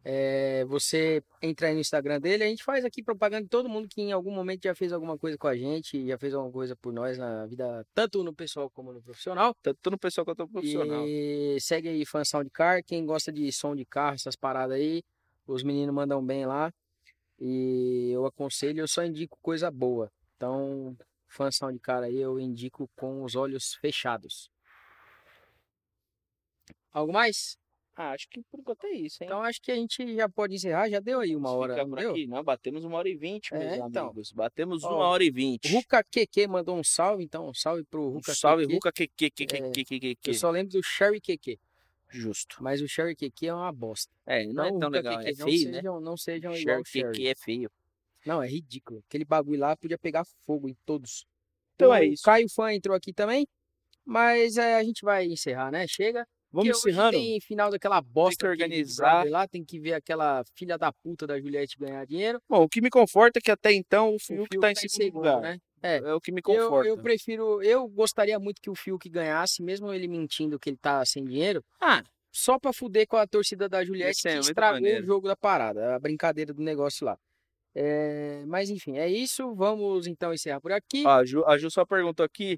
Você entra aí no Instagram dele, a gente faz aqui propaganda de todo mundo que em algum momento já fez alguma coisa com a gente, já fez alguma coisa por nós na vida, tanto no pessoal como no profissional. Tanto no pessoal quanto no profissional. E segue aí Fan Sound Car, quem gosta de som de carro, essas paradas aí, Os meninos mandam bem lá. E eu aconselho, eu só indico coisa boa. Então, fãzão de cara aí, eu indico com os olhos fechados. Algo mais? Ah, acho que por enquanto é isso, hein? Então acho que a gente já pode encerrar. Já deu aí uma hora, Fica não por deu? aqui. Não, batemos 1h20, meus Então. amigos. Batemos Ó, 1h20. Ruka QQ mandou um salve, então um salve pro Um Ruka salve, QQ. Ruka, Eu só lembro do Sherry QQ, Justo. mas o Sherry QQ é uma bosta. É, não Então é o tão Ruka legal, QQ é feio, né? não sejam igual Share o Sherry. que é feio. Não, é ridículo. Aquele bagulho lá podia pegar fogo em todos. Então é O isso. Caio Fã entrou aqui também, mas a gente vai encerrar, né? Chega. Vamos Porque hoje encerrando. tem final daquela bosta Tem que aqui de Big organizar. Brother lá, tem que ver aquela filha da puta da Juliette ganhar dinheiro. Bom, o que me conforta é que até então o O Fiuk Fiuk tá em tá em segundo segundo, lugar. né? É. É o que me conforta. Eu prefiro, eu gostaria muito que o Fiuk ganhasse, mesmo ele mentindo que ele tá sem dinheiro, Ah, só pra fuder com a torcida da Juliette Esse é que muito estragou maneiro. o jogo da parada, a brincadeira do negócio lá. Mas enfim, é isso. Vamos então encerrar por aqui. ó, a Ju só perguntou aqui.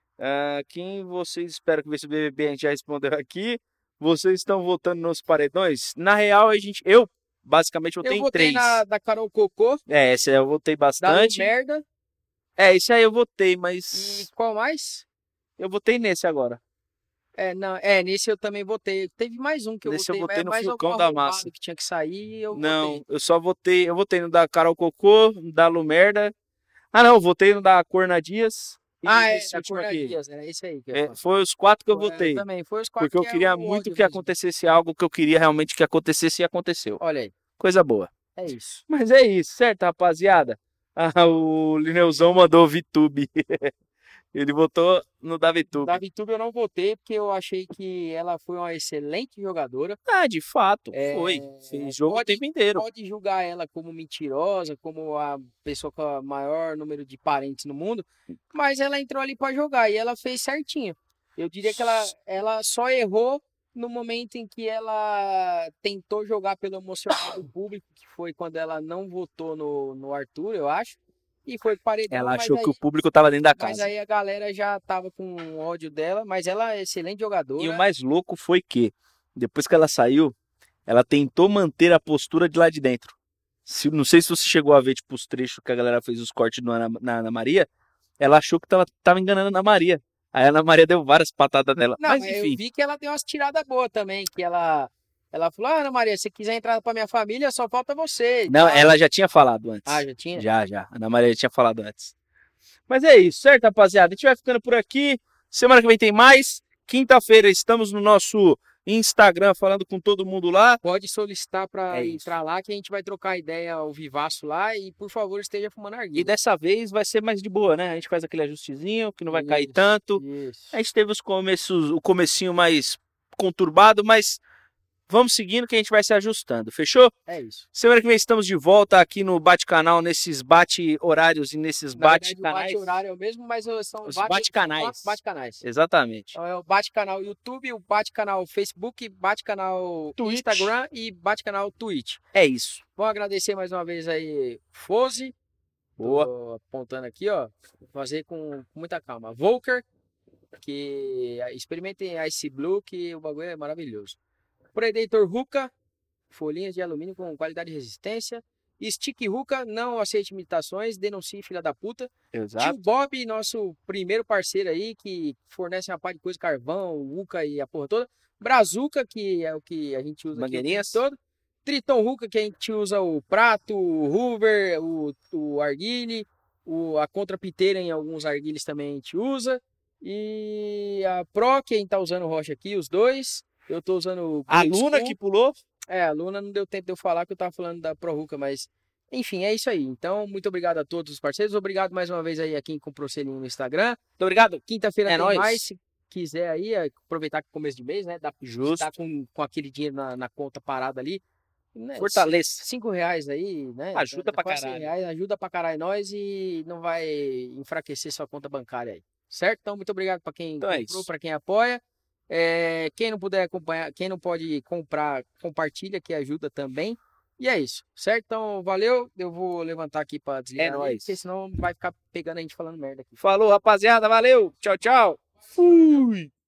Quem vocês esperam que vê se o BBB? A gente já respondeu aqui. Vocês estão votando nos paredões? Na real, eu basicamente Eu votei em votei 3. da Carol Cocô, Esse aí eu votei da Lu bastante. Merda. Esse aí eu votei, E mas qual mais? eu votei nesse agora. Não, nesse eu também votei. Teve mais um que eu Nesse eu votei, votei no mais Fiucão alguma da roubada Massa. que tinha que sair e eu Não, votei. eu só votei. Eu votei no da Carol Cocô, no da Lumerda. Ah, não, eu votei no da Corna Dias. E nesse Da último Corna aqui. Dias, era esse aí que eu ia falar. Foi os 4 que eu Eu votei. também, foi os quatro Porque eu que é queria o muito ódio que mesmo. acontecesse algo que eu queria realmente que acontecesse e aconteceu. Olha aí, Coisa boa. é isso. Mas é isso, certo, rapaziada? O Lineuzão mandou VTube. Ele votou no da VTube. Da VTube eu não votei porque eu achei que ela foi uma excelente jogadora. Ah, de fato, É, foi. Fez jogo o tempo inteiro. Pode julgar ela como mentirosa, como a pessoa com o maior número de parentes no mundo, mas ela entrou ali para jogar e ela fez certinho. Eu diria que ela só errou no momento em que ela tentou jogar pelo emocional do público, que foi quando ela não votou no Arthur, eu acho, e foi pro paredão. Ela achou que o público tava dentro da Mas casa. aí a galera já tava com ódio dela, mas ela é excelente jogadora. E o mais louco foi que, depois que ela saiu, ela tentou manter a postura de lá de dentro. Não sei se você chegou a ver, tipo, os trechos que a galera fez os cortes na Ana Maria. Ela achou que tava enganando a Ana Maria. Aí a Ana Maria deu várias patadas nela. Não, mas enfim. Eu vi que ela deu umas tiradas boas também, que ela falou, Ana Maria, se quiser entrar pra minha família, só falta você. Não, ela já tinha falado antes. Ah, já tinha? Já. A Ana Maria já tinha falado antes. Mas é isso, certo, rapaziada? A gente vai ficando por aqui. Semana que vem tem mais. Quinta-feira estamos no nosso Instagram falando com todo mundo lá. Pode solicitar pra entrar lá que a gente vai trocar ideia ao vivaço lá e, por favor, esteja fumando arguilha. E dessa vez vai ser mais de boa, né? A gente faz aquele ajustezinho que não vai cair tanto. Isso. A gente teve o comecinho mais conturbado, mas vamos seguindo que a gente vai se ajustando, fechou? É isso. Semana que vem estamos de volta aqui no Bate-Canal, nesses bate-horários e nesses bate-canais. O bate-horário é o mesmo, mas são os bate-canais. Bate-canais. Exatamente. Então é o bate-canal YouTube, o bate-canal Facebook, bate-canal Instagram e bate-canal Twitch. É isso. Vou agradecer mais uma vez aí, Foze. Boa. Tô apontando aqui, ó. Vou fazer com muita calma. Volker, que experimentem Ice Blue, que o bagulho é maravilhoso. Predator Ruka, folhinhas de alumínio com qualidade e resistência. Stick Ruka, não aceite imitações, denuncie filha da puta. Exato. Tio Bob, nosso primeiro parceiro aí, que fornece uma par de coisa, carvão, Ruka e a porra toda. Brazuca, que é o que a gente usa Mangueirinhas. aqui todo. Triton Ruka, que a gente usa o prato, o hoover, o arguile, a contrapiteira em alguns arguiles também a gente usa. E a Pro, quem tá usando o Rocha aqui, os dois. Eu tô usando a Luna que pulou. A Luna não deu tempo de eu falar que eu tava falando da Pro Ruka, mas enfim, é isso aí. Então, muito obrigado a todos os parceiros. Obrigado mais uma vez aí a quem comprou o selinho no Instagram. Muito obrigado. Quinta-feira tem nóis. mais. Se quiser aí, aproveitar que é começo de mês, né? Justo. Tá com aquele dinheiro na conta parada ali. Né? Fortaleça. R$5 aí, né? Ajuda pra caralho. R$5, ajuda pra caralho nós e não vai enfraquecer sua conta bancária aí. Certo? Então, muito obrigado pra quem comprou, pra quem apoia. Quem não puder acompanhar, quem não pode comprar, compartilha, que ajuda também. E é isso, certo? Então, valeu. Eu vou levantar aqui pra desligar, porque senão vai ficar pegando a gente falando merda aqui. Falou, rapaziada. Valeu. Tchau, tchau. Fui.